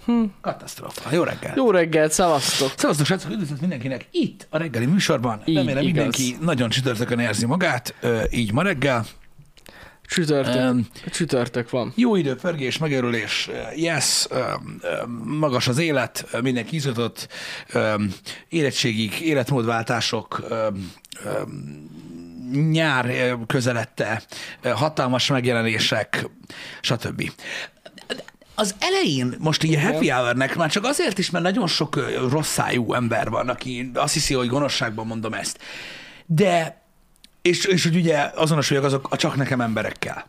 Katasztrófa. Jó reggel. Jó reggelt, szevasztok. Szevasztok, srácok, üdvözlet mindenkinek itt a reggeli műsorban. Így, remélem igaz. mindenki nagyon csütörtökön érzi magát, így ma reggel. Csütörtök van. Jó időpörgés, megörülés, yes, magas az élet, mindenki izgatott, érettségig, életmódváltások, nyár közelette, hatalmas megjelenések, stb. Az elején, most így a happy hour-nek már csak azért is, mert nagyon sok rossz szájú ember van, aki azt hiszi, hogy gonoszságban mondom ezt. De, és hogy ugye azonosuljak azok a csak nekem emberekkel.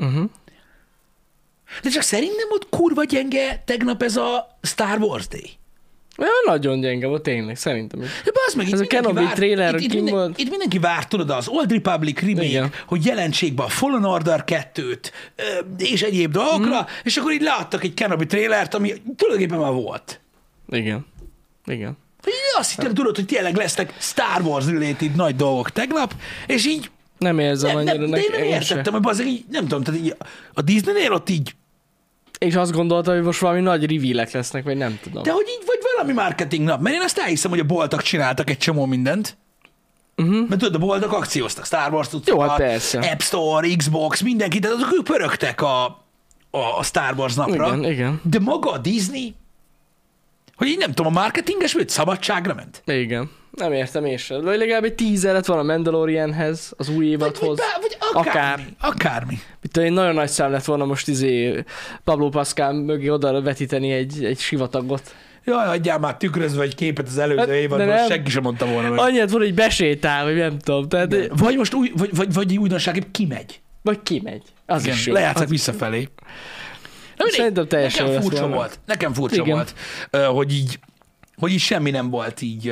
De csak szerintem ott kurva gyenge tegnap ez a Star Wars Day. Nagyon gyenge volt, tényleg, szerintem is. De bazd meg, Ez a Kenobi trailer, hogy kim volt. Itt mindenki várt, tudod, az Old Republic remake, Igen. hogy jelentsék be a Fallen Order 2-t, és egyéb dolgokra, és akkor így leadtak egy Kenobi trailert, ami tulajdonképpen már volt. Igen. Hogy azt hittem, tudod, hogy tényleg lesznek Star Wars-related nagy dolgok tegnap, és így Nem érzem annyira. de én nem értettem, hogy bazdmeg így, nem tudom, tehát így a Disneynél ott így, És azt gondolta, hogy most valami nagy reveal-ek lesznek, vagy nem tudom. de hogy így, vagy valami marketing nap, mert én azt elhiszem, hogy a boltok csináltak egy csomó mindent, mert tudod, a boltok akcióztak, Star Wars Jó, hát persze. App Store, Xbox, mindenki, tehát azok ők pörögtek a Star Wars napra. Igen. De maga a Disney, hogy így nem tudom, a marketinges vagy szabadságra ment? Igen. Nem értem én sem. Vagy legalább egy teaser lett volna a Mandalorianhez, az új évadhoz. Vagy akármi. Mit tudom, én nagyon nagy szám lett volna most Pablo Pascal mögé oda vetíteni egy sivatagot. Jaj, adjál már tükrözve egy képet az előző évadban, nem. senki sem mondta volna meg. Annyit van, hogy besétál, vagy nem tudom. Tehát, Vagy most vagy újdonságépp kimegy. vagy kimegy. Az Igen, is jó. lejátszak visszafelé. Szerintem teljesen Nekem jó lesz furcsa volna. volt. Nekem furcsa Igen. volt, hogy így semmi nem volt így.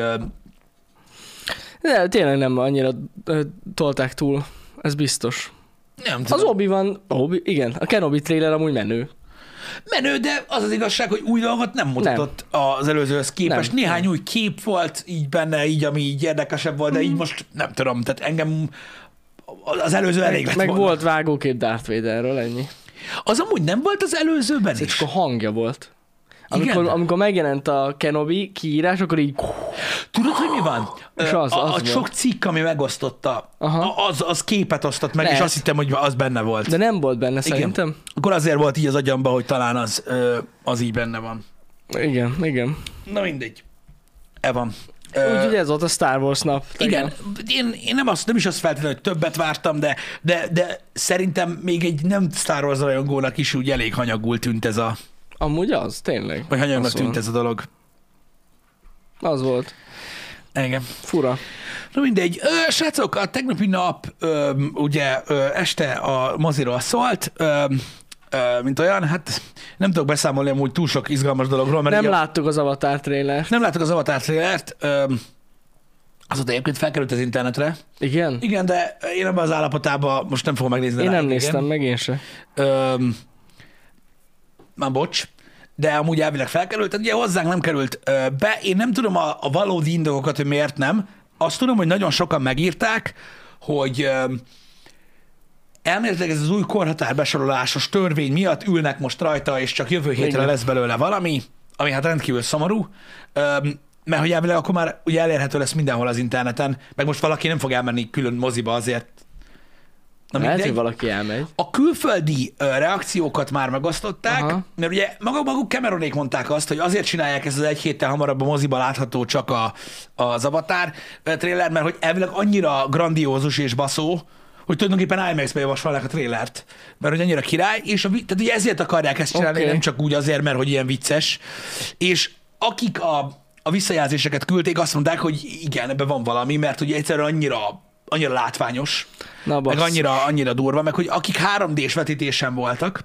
De tényleg nem annyira tolták túl. Ez biztos. Nem Az tudom. Obi-Wan, igen, a Kenobi trailer amúgy menő. Menő, de az az igazság, hogy új dolgot nem mutatott az előzőhöz képest. Nem. Néhány új kép volt így benne, így, ami így érdekesebb volt, de így most nem tudom, tehát engem az előző elég lett Meg volna. volt vágókép Darth Vaderről, ennyi. Az amúgy nem volt az előzőben Ez is? csak a hangja volt. Igen? Amikor megjelent a Kenobi kiírás, akkor így... Tudod, hogy mi van? És az a volt. sok cikk, ami megosztotta, Aha. az képet osztott meg, Lehet. és azt hittem, hogy az benne volt. De nem volt benne szerintem. Akkor azért volt így az agyamba, hogy talán az így benne van. Igen. Na mindegy. Van. Úgyhogy ez volt a Star Wars nap. Igen, én nem is azt feltétlenül, hogy többet vártam, de szerintem még egy nem Star Wars rajongónak is úgy elég hanyagul tűnt ez Amúgy az, tényleg. vagy hanyagnak Az tűnt volt. ez a dolog. Az volt. Igen. Fura. Na mindegy. Srácok, a tegnapi nap ugye este a moziról szólt, mint olyan, hát nem tudok beszámolni amúgy túl sok izgalmas dologról, mert Nem ugye- láttuk az Avatar trailert. nem láttuk az Avatar trailert, azóta egyébként felkerült az internetre. Igen? Igen, de én ebben az állapotában most nem fogom megnézni. Én rá, nem igen. néztem meg, én se. Már bocs, de amúgy elvileg felkerült, tehát ugye hozzánk nem került be. Én nem tudom a valódi indokokat, hogy miért nem. Azt tudom, hogy nagyon sokan megírták, hogy elméletileg ez az új korhatárbesorolásos törvény miatt ülnek most rajta, és csak jövő hétre Igen. lesz belőle valami, ami hát rendkívül szomorú, mert hogy elvileg akkor már ugye elérhető lesz mindenhol az interneten, meg most valaki nem fog elmenni külön moziba azért. Na Lehet, mindegy. hogy valaki elmegy. A külföldi reakciókat már megosztották, Aha. mert ugye maguk Cameronék mondták azt, hogy azért csinálják ezt az egy héttel hamarabb a moziba látható csak az Avatar trailer, mert hogy elvileg annyira grandiózus és baszó, hogy tulajdonképpen IMAX-be javasolják a trailert, mert hogy annyira király, és tehát ugye ezért akarják ezt csinálni, Oké. nem csak úgy azért, mert hogy ilyen vicces. És akik a visszajelzéseket küldték, azt mondták, hogy igen, ebben van valami, mert ugye egyszerűen annyira látványos, Na, meg basszus. annyira durva, meg hogy akik 3D-s vetítésen voltak,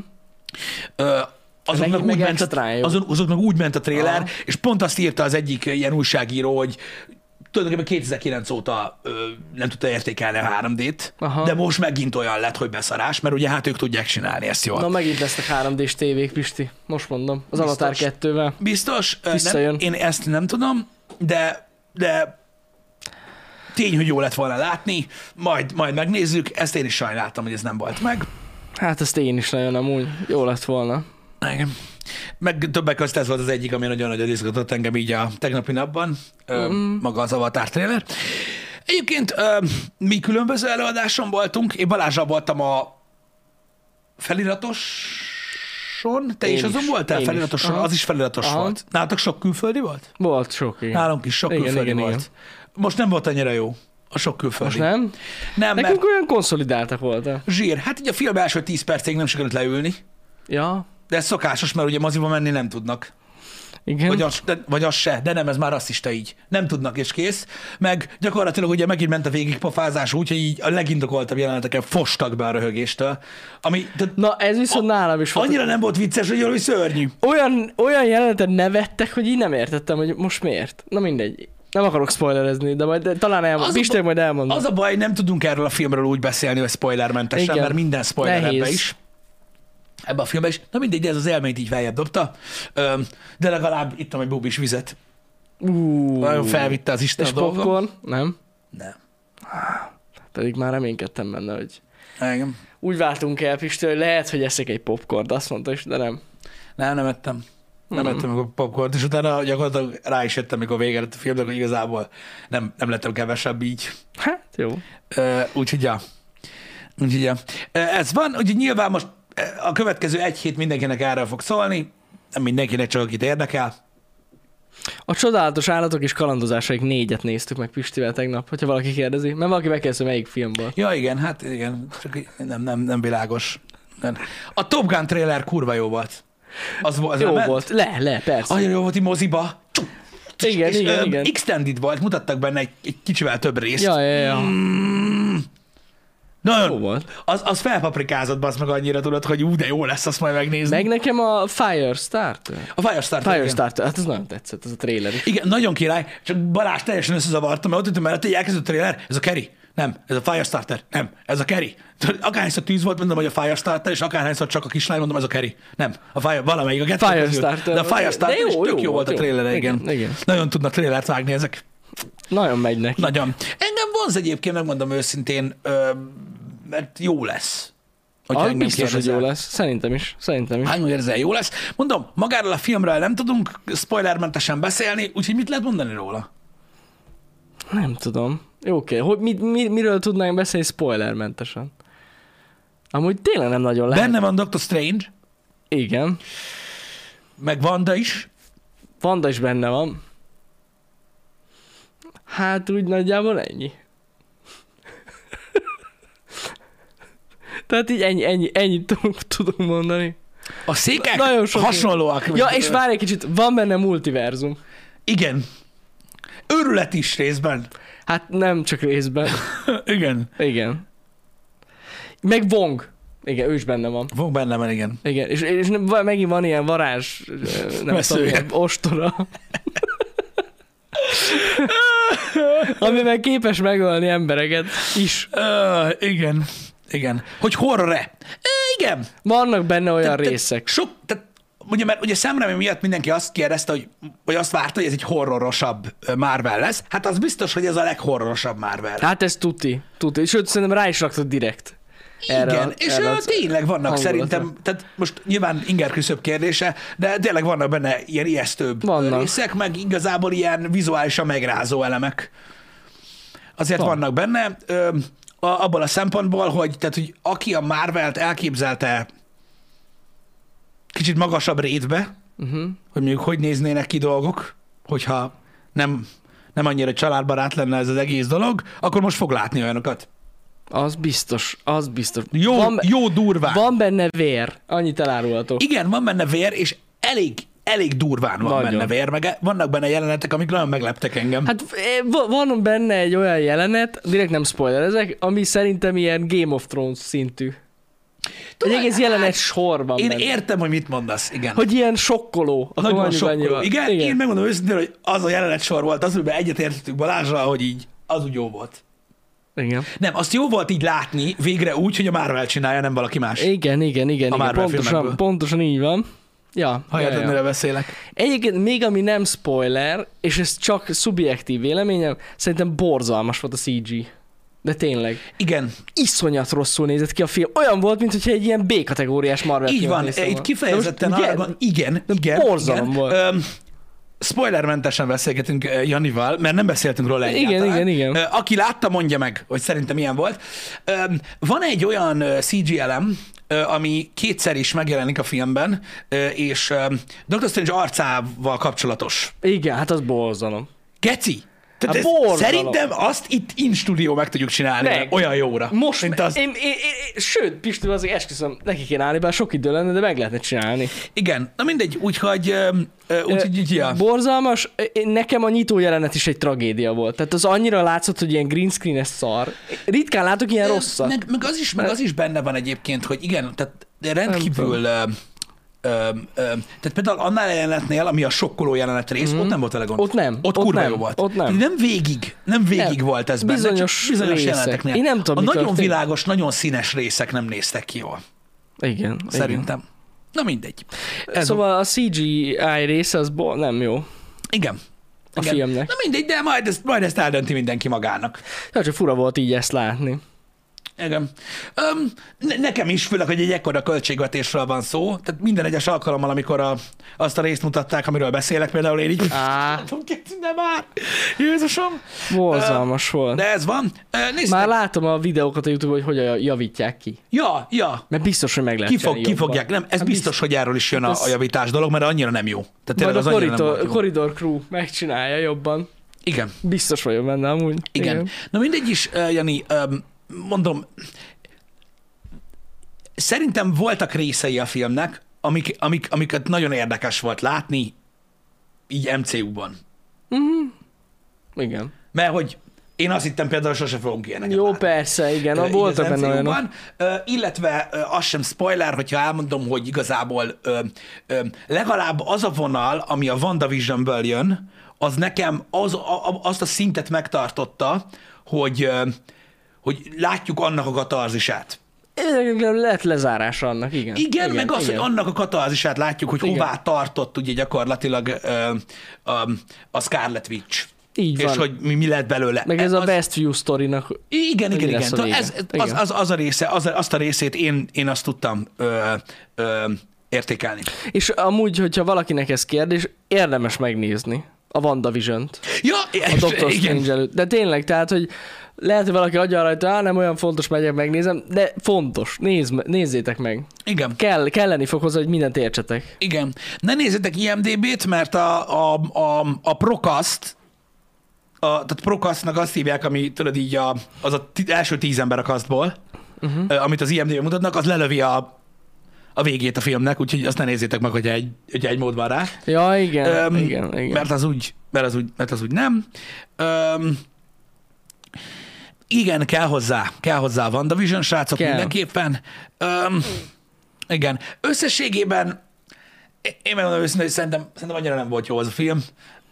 azoknak, meg úgy ment extrán jó. azoknak úgy ment a trailer, Aha. és pont azt írta az egyik ilyen újságíró, hogy tulajdonképpen 2009 óta nem tudta értékelni a 3D-t, Aha. de most megint olyan lett, hogy beszarás, mert ugye hát ők tudják csinálni ezt jól. Na megint lesznek 3D-s tévék, Pisti. Most mondom. Az Biztos. Avatar 2-vel. Biztos? Visszajön. Én ezt nem tudom, de tény, hogy jó lett volna látni, majd megnézzük, ezt én is sajnáltam, hogy ez nem volt meg. Hát ezt én is nagyon amúgy. Jó lett volna. Igen. Meg többek között ez volt az egyik, ami nagyon-nagyon izgatott engem így a tegnapi napban, maga az Avatar trailer. Egyébként mi különböző előadáson voltunk, én Balázsral voltam a feliratoson, te is azon voltál feliratoson, az is feliratos volt. Nálatok sok külföldi volt? Volt sok, igen. Nálunk is sok külföldi volt. Igen. Most nem volt annyira jó a sok külföldi. Most nem? Nem, nekünk olyan konszolidáltak voltak. Zsír. Hát így a film első 10 percig nem sikerült leülni. Ja. De ez szokásos, mert ugye moziba menni nem tudnak. Igen. Vagy az se, de nem, ez már rasszista így. Nem tudnak, és kész. Meg gyakorlatilag ugye megint ment a végigpofázás úgy, hogy így a legindokoltabb jeleneteken fostak be a röhögéstől. Na, ez viszont nálam is volt. Annyira nem volt vicces, hogy valami szörnyű. Olyan jelenetet nevettek, hogy így nem értettem, hogy most miért. Na mindegy. Nem akarok spoilerezni, de majd talán elmondom. Majd elmondom. Az a baj, nem tudunk erről a filmről úgy beszélni, hogy spoilermentesen, mert minden spoiler ebbe is. Ebben a filmben is. Na mindegy, ez az élményt így feljebb dobta, de legalább ittam egy bubis vizet. Nagyon felvitte az Isten a dolgom. És popcorn? Nem? Nem. Pedig már reménykedtem benne, hogy igen. Úgy váltunk el, Pisti, hogy lehet, hogy eszek egy popcorn, azt mondta is, de nem. Nem ettem. Nem ettem a popcornt, és utána gyakorlatilag rá is jöttem, amikor vége lett a filmnek, hogy igazából nem lettem kevesebb így. Hát, jó. Úgyhogy ja. Ez van, úgyhogy nyilván most a következő egy hét mindenkinek erről fog szólni, nem mindenkinek, csak akit érdekel. A csodálatos állatok és kalandozásaik 4-et néztük meg Pistivel tegnap, hogyha valaki kérdezi. Mert valaki megkérdezi, melyik filmból. Ja, igen, hát igen, csak nem világos. A Top Gun trailer kurva jó volt. Az jó volt, persze. Annyira jó volt így moziba. Igen. Extended volt, mutattak benne egy kicsivel több részt. Ja. Nagyon volt. Az felpaprikázott, basz meg annyira, tudod, hogy de jó lesz, azt majd megnézni. Meg nekem a Firestarter. A Firestarter, hát ez nagyon tetszett, ez a trailer is. Igen, nagyon király, csak Balázs teljesen összezavartam, mert ott ültem mellett, hogy elkezdett a trailer, ez a Kerry. Nem, ez a Firestarter. Nem, ez a Kerry. Akárhányszor tűz volt, mondom, hogy a Firestarter, és akárhányszor csak a kislány, mondom, ez a Kerry. Nem, valamelyik a kettő Firestarter. De a Firestarter is tök jó volt a trailer, igen. Nagyon tudnak trailert vágni ezek. Nagyon megy neki. Nagyon. Engem vonz egyébként, megmondom őszintén, mert jó lesz. Az biztos, hogy jó lesz. Szerintem is. Hány érzel, jó lesz. Mondom, magáról a filmről nem tudunk spoilermentesen beszélni, úgyhogy mit lehet mondani róla? Nem tudom. Oké. Miről tudnánk beszélni spoilermentesen? Amúgy tényleg nem nagyon lehet. Benne van Doctor Strange. Igen. Meg Wanda is. Wanda is benne van. Hát úgy nagyjából ennyi. Tehát így ennyit tudunk mondani. A székek hasonlóak. Ja, és várj egy kicsit, van benne multiverzum. Igen. Őrület is részben. Hát nem csak részben. Igen. Meg Wong. Igen, ő is benne van. Wong benne van, igen. Igen, és megint van ilyen varázs, nem tudom, ilyen ostora. Ami meg képes megölni embereket is. Igen. Hogy horror-e? Igen. Vannak benne olyan részek. Ugye Sam Raimi miatt mindenki azt kérdezte, hogy azt várta, hogy ez egy horrorosabb Marvel lesz. Hát az biztos, hogy ez a leghorrorosabb Marvel. Hát ez tuti. Sőt, szerintem rá is raktad direkt. Igen, és tényleg vannak szerintem, tehát most nyilván inger küszöbb kérdése, de tényleg vannak benne ilyen ijesztőbb részek, meg igazából ilyen vizuálisan megrázó elemek. Azért vannak benne, abból a szempontból, hogy aki a Marvelt elképzelte kicsit magasabb rétbe, hogy mondjuk hogy néznének ki dolgok, hogyha nem annyira családbarát lenne ez az egész dolog, akkor most fog látni olyanokat. Az biztos. Jó durván. Van benne vér, annyit elárulhatok. Igen, van benne vér, és elég durván van benne vér, meg vannak benne jelenetek, amik nagyon megleptek engem. Hát van benne egy olyan jelenet, direkt nem spoilerezek, ami szerintem ilyen Game of Thrones szintű. Egy egész jelenet sor van benne. Én értem, hogy mit mondasz, igen. Hogy ilyen sokkoló. Nagyon sokkoló. Igen, én megmondom őszintén, hogy az a jelenet sor volt, az, amiben egyetértettük Balázsral, hogy így, az úgy jó volt. Igen. Nem, azt jó volt így látni végre úgy, hogy a Marvel csinálja, nem valaki más. Igen. Pontosan így van. Ja. Halljátok, mire beszélek. Egyébként még ami nem spoiler, és ez csak szubjektív véleményem, szerintem borzalmas volt a CG. De tényleg. Igen. Iszonyat rosszul nézett ki a film. Olyan volt, mintha egy ilyen B-kategóriás Marvel Így filmet van, néztem itt volna. kifejezetten De most arra van, igen. borzalom volt. Spoilermentesen beszélgetünk Janival, mert nem beszéltünk róla egyáltalán. Igen. Aki látta, mondja meg, hogy szerintem milyen volt. Van egy olyan CG elem, ami kétszer is megjelenik a filmben, és Dr. Strange arcával kapcsolatos. Igen, hát az borzalom. Geci! Tehát Hát borzalom. szerintem azt itt in stúdió meg tudjuk csinálni Meg. olyan jóra. Most, mint az... sőt, Pisti, azért esküszöm, neki kéne állni, bár sok idő lenne, de meg lehetne csinálni. Igen, na mindegy, úgyhogy ja. Borzalmas, nekem a nyitó jelenet is egy tragédia volt. Tehát az annyira látszott, hogy ilyen green screen-es szar. Ritkán látok ilyen rosszat. Meg az is benne van egyébként, hogy igen, tehát rendkívül... tehát például annál a jelenetnél, ami a sokkoló jelenet rész, ott nem volt vele gond. Ott nem. Ott kurva jó volt. Ott nem. Nem végig volt ez benne, Bizonyos csak bizonyos részek. jeleneteknél. Én nem tudom, a mi nagyon történt. világos, nagyon színes részek nem néztek ki jól. Igen. Szerintem. Na mindegy. Igen. Szóval a CGI része az nem jó Igen. a filmnek. Na mindegy, de majd ezt eldönti mindenki magának. Ja, csak fura volt így ezt látni. Igen. Nekem is, főleg, hogy egy ekkora költségvetésről van szó, tehát minden egyes alkalommal, amikor azt a részt mutatták, amiről beszélek, például én így, nem már, Jézusom. Borzalmas volt. De ez van. Nézd Már meg. látom a videókat a YouTube-on, hogy hogyan javítják ki. Ja. Mert biztos, hogy meg lehet csinálni jobban. Kifogják. Nem, ez biztos, hogy erről is jön a javítás dolog, mert annyira nem jó. Tehát tényleg Majd az a annyira nem volt jó. Corridor Crew megcsinálja jobban. Igen. Biztos vagyok benne amúgy. Igen. Na mindegy is, Jani, mondom, szerintem voltak részei a filmnek, amiket nagyon érdekes volt látni így MCU-ban. Igen. Mert hogy én azt hittem például, sose fogunk ilyeneket Jó, látni. persze, igen. Így Voltak az benne olyanok. MCU-ban. Illetve az sem spoiler, hogyha elmondom, hogy igazából legalább az a vonal, ami a WandaVisionből jön, az nekem azt a szintet megtartotta, hogy látjuk annak a katarzisát. Lett lezárása annak, igen. Igen, meg az, igen. hogy annak a katarzisát látjuk, hogy Igen. hová tartott ugye gyakorlatilag a Scarlet Witch. Így van. És hogy mi lett belőle. Meg ez a Westview sztorinak. Igen. lesz a Tehát vége. az a része, azt a részét én azt tudtam értékelni. És amúgy, hogyha valakinek ez kérdés, érdemes megnézni a WandaVision-t. Ja, A Doctor Strange előtt. De tényleg, tehát, hogy lehet, hogy valaki adja rajta, nem olyan fontos, megyek megnézem, de fontos. Nézzétek meg. Igen. Kelleni fog hozzá, hogy mindent értsetek. Igen. Ne nézzetek IMDb-t, mert a Procast, tehát Procastnak azt hívják, ami tudod így az első 10 ember a castból, amit az IMDb mutatnak, az lelövi a végét a filmnek, úgyhogy azt ne nézzétek meg, hogyha egy mód van rá. Ja, igen. Igen. Mert az úgy nem. Igen, kell hozzá a WandaVision, srácok, kell. mindenképpen. Igen. Összességében én megmondom őszintén, hogy szerintem annyira nem volt jó az a film.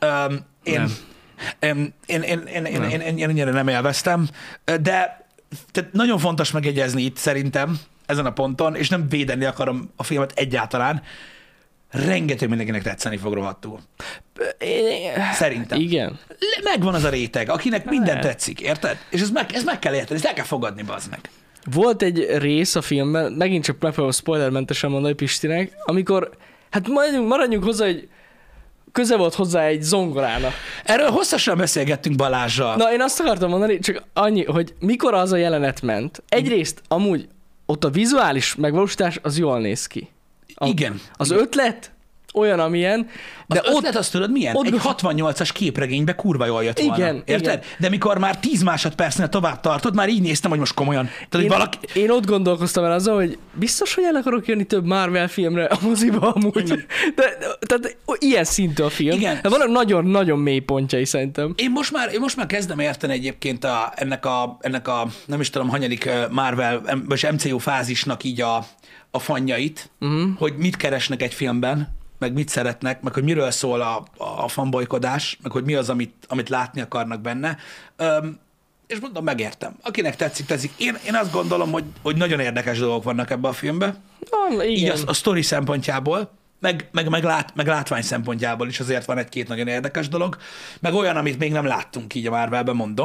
Én annyira nem élveztem, de tehát nagyon fontos megjegyezni itt szerintem ezen a ponton, és nem védeni akarom a filmet egyáltalán, rengeteg mindenkinek tetszeni fog rohadtul. Szerintem. Igen. Megvan az a réteg, akinek minden tetszik, érted? És ez meg kell érteni, ezt el kell fogadni, bazd meg. Volt egy rész a filmben, megint csak megpróbálom spoilermentesen mondani Pistinek, amikor, hát maradjunk hozzá, hogy köze volt hozzá egy zongorának. Erről hosszasan beszélgettünk Balázsral. Na, én azt akartam mondani, csak annyi, hogy mikor az a jelenet ment, egyrészt amúgy ott a vizuális megvalósítás az jól néz ki. Igen. Az ötlet olyan, amilyen, de az ötlet azt tudod milyen? Egy 68-as képregénybe kurva jól jött volna. Igen, Érted? igen. De mikor már 10 másodpercnél tovább tartott, már így néztem, hogy most komolyan. Tehát, Én ott gondolkoztam el azzal, hogy biztos, hogy el akarok jönni több Marvel filmre a moziba amúgy. Tehát ilyen szintű a film. Igen. De vannak nagyon-nagyon mély pontjai szerintem. Én most már kezdem érteni egyébként ennek a nem is tudom, hanyadik Marvel, vagy MCU fázisnak így a fanjait, hogy mit keresnek egy filmben, meg mit szeretnek, meg hogy miről szól a fanbolykodás, meg hogy mi az, amit látni akarnak benne. És mondom, megértem. Akinek tetszik. Én azt gondolom, hogy nagyon érdekes dolgok vannak ebben a filmben. Igen. Így a sztori szempontjából, meg látvány szempontjából is azért van egy-két nagyon érdekes dolog, meg olyan, amit még nem láttunk így a Marvelben, mondom.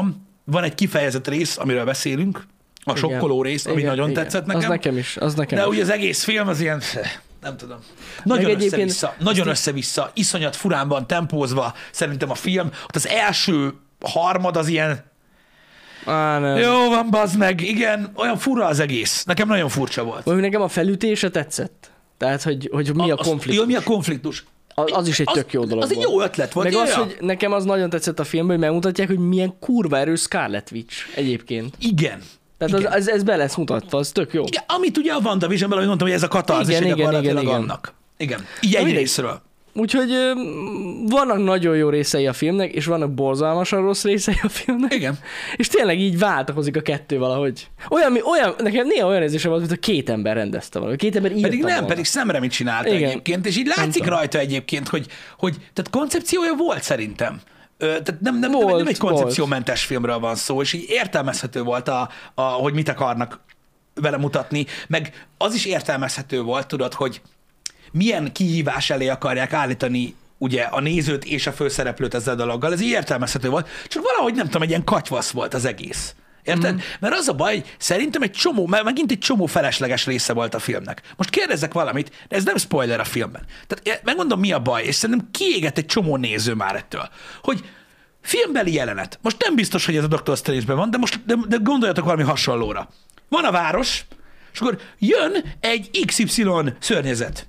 van egy kifejezett rész, amiről beszélünk, a sokkoló rész, ami nagyon tetszett nekem. Az nekem is. De ugye az egész film az ilyen, nem tudom, nagyon össze-vissza, iszonyat furán van tempózva szerintem a film. Ott az első harmad az ilyen, nem. Jó van, bazd meg, igen, olyan fura az egész. Nekem nagyon furcsa volt. Vagy nekem a felütése tetszett. Tehát, hogy mi a konfliktus. Jó, mi a konfliktus? Az is egy tök jó dolog Az egy jó ötlet volt. Meg az, hogy nekem az nagyon tetszett a filmben, hogy megmutatják, hogy milyen kurva erős Scarlet Witch egyébként. Igen. Tehát ez be lesz mutatva, az tök jó. Igen, amit ugye a WandaVision-ben, ahogy mondtam, hogy ez a katarzis gyakorlatilag annak. Igen. Így egy részről. Úgyhogy vannak nagyon jó részei a filmnek, és vannak borzalmasan rossz részei a filmnek. Igen. És tényleg így váltakozik a kettő valahogy. Nekem néha olyan érzése volt, mint a két ember rendezte valami. Két ember írta Pedig nem, volna. pedig szemre mit csinálta egyébként, és így látszik rajta egyébként, hogy tehát koncepciója volt szerintem. Tehát nem egy koncepciómentes filmről van szó, és így értelmezhető volt, hogy mit akarnak vele mutatni, meg az is értelmezhető volt, tudod, hogy milyen kihívás elé akarják állítani ugye a nézőt és a főszereplőt ezzel a dologgal. Ez így értelmezhető volt, csak valahogy nem tudom, egy ilyen katyvasz volt az egész. Érted? Mert az a baj, hogy szerintem megint egy csomó felesleges része volt a filmnek. Most kérdezzek valamit, de ez nem spoiler a filmben. Tehát megmondom, mi a baj, és szerintem kiégett egy csomó néző már ettől, hogy filmbeli jelenet. Most nem biztos, hogy ez a Doctor Strange-ben van, de gondoljatok valami hasonlóra. Van a város, és akkor jön egy XY szörnyezet.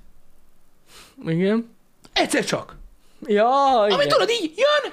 Igen. Egyszer csak. Ja, igen. Ami tudod, így jön,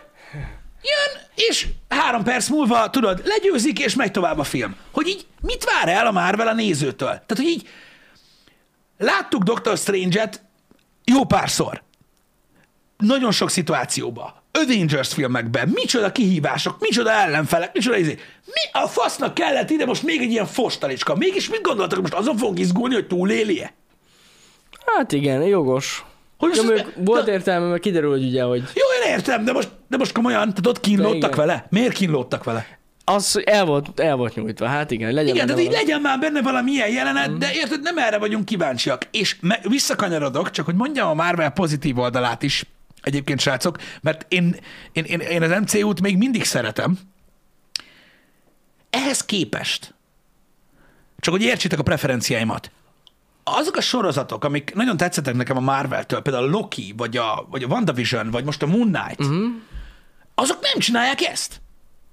és 3 perc múlva, tudod, legyőzik, és megy tovább a film. Hogy így mit vár el a Marvel a nézőtől? Tehát, hogy így láttuk Doctor Strange-et jó párszor. Nagyon sok szituációban. Avengers filmekben. Micsoda kihívások, micsoda ellenfelek, micsoda izé. Mi a fasznak kellett ide most még egy ilyen fostalicska? Mégis mit gondoltak, hogy most azon fogunk izgulni, hogy túléli-e? Hát igen, jogos. Volt értelme, mert kiderül, hogy ugye, hogy... Jó, én értem, de most komolyan, tehát ott kínlódtak vele? Miért kínlódtak vele? Az el volt nyújtva, hát igen, legyen igen, tehát így legyen már benne valami ilyen jelenet, de érted, nem erre vagyunk kíváncsiak. És visszakanyarodok, csak hogy mondjam a Marvel pozitív oldalát is, egyébként srácok, mert én az MCU-t még mindig szeretem. Ehhez képest, csak hogy értsétek a preferenciáimat, azok a sorozatok, amik nagyon tetszettek nekem a Marvel-től, például a Loki, vagy a WandaVision, vagy most a Moon Knight, azok nem csinálják ezt.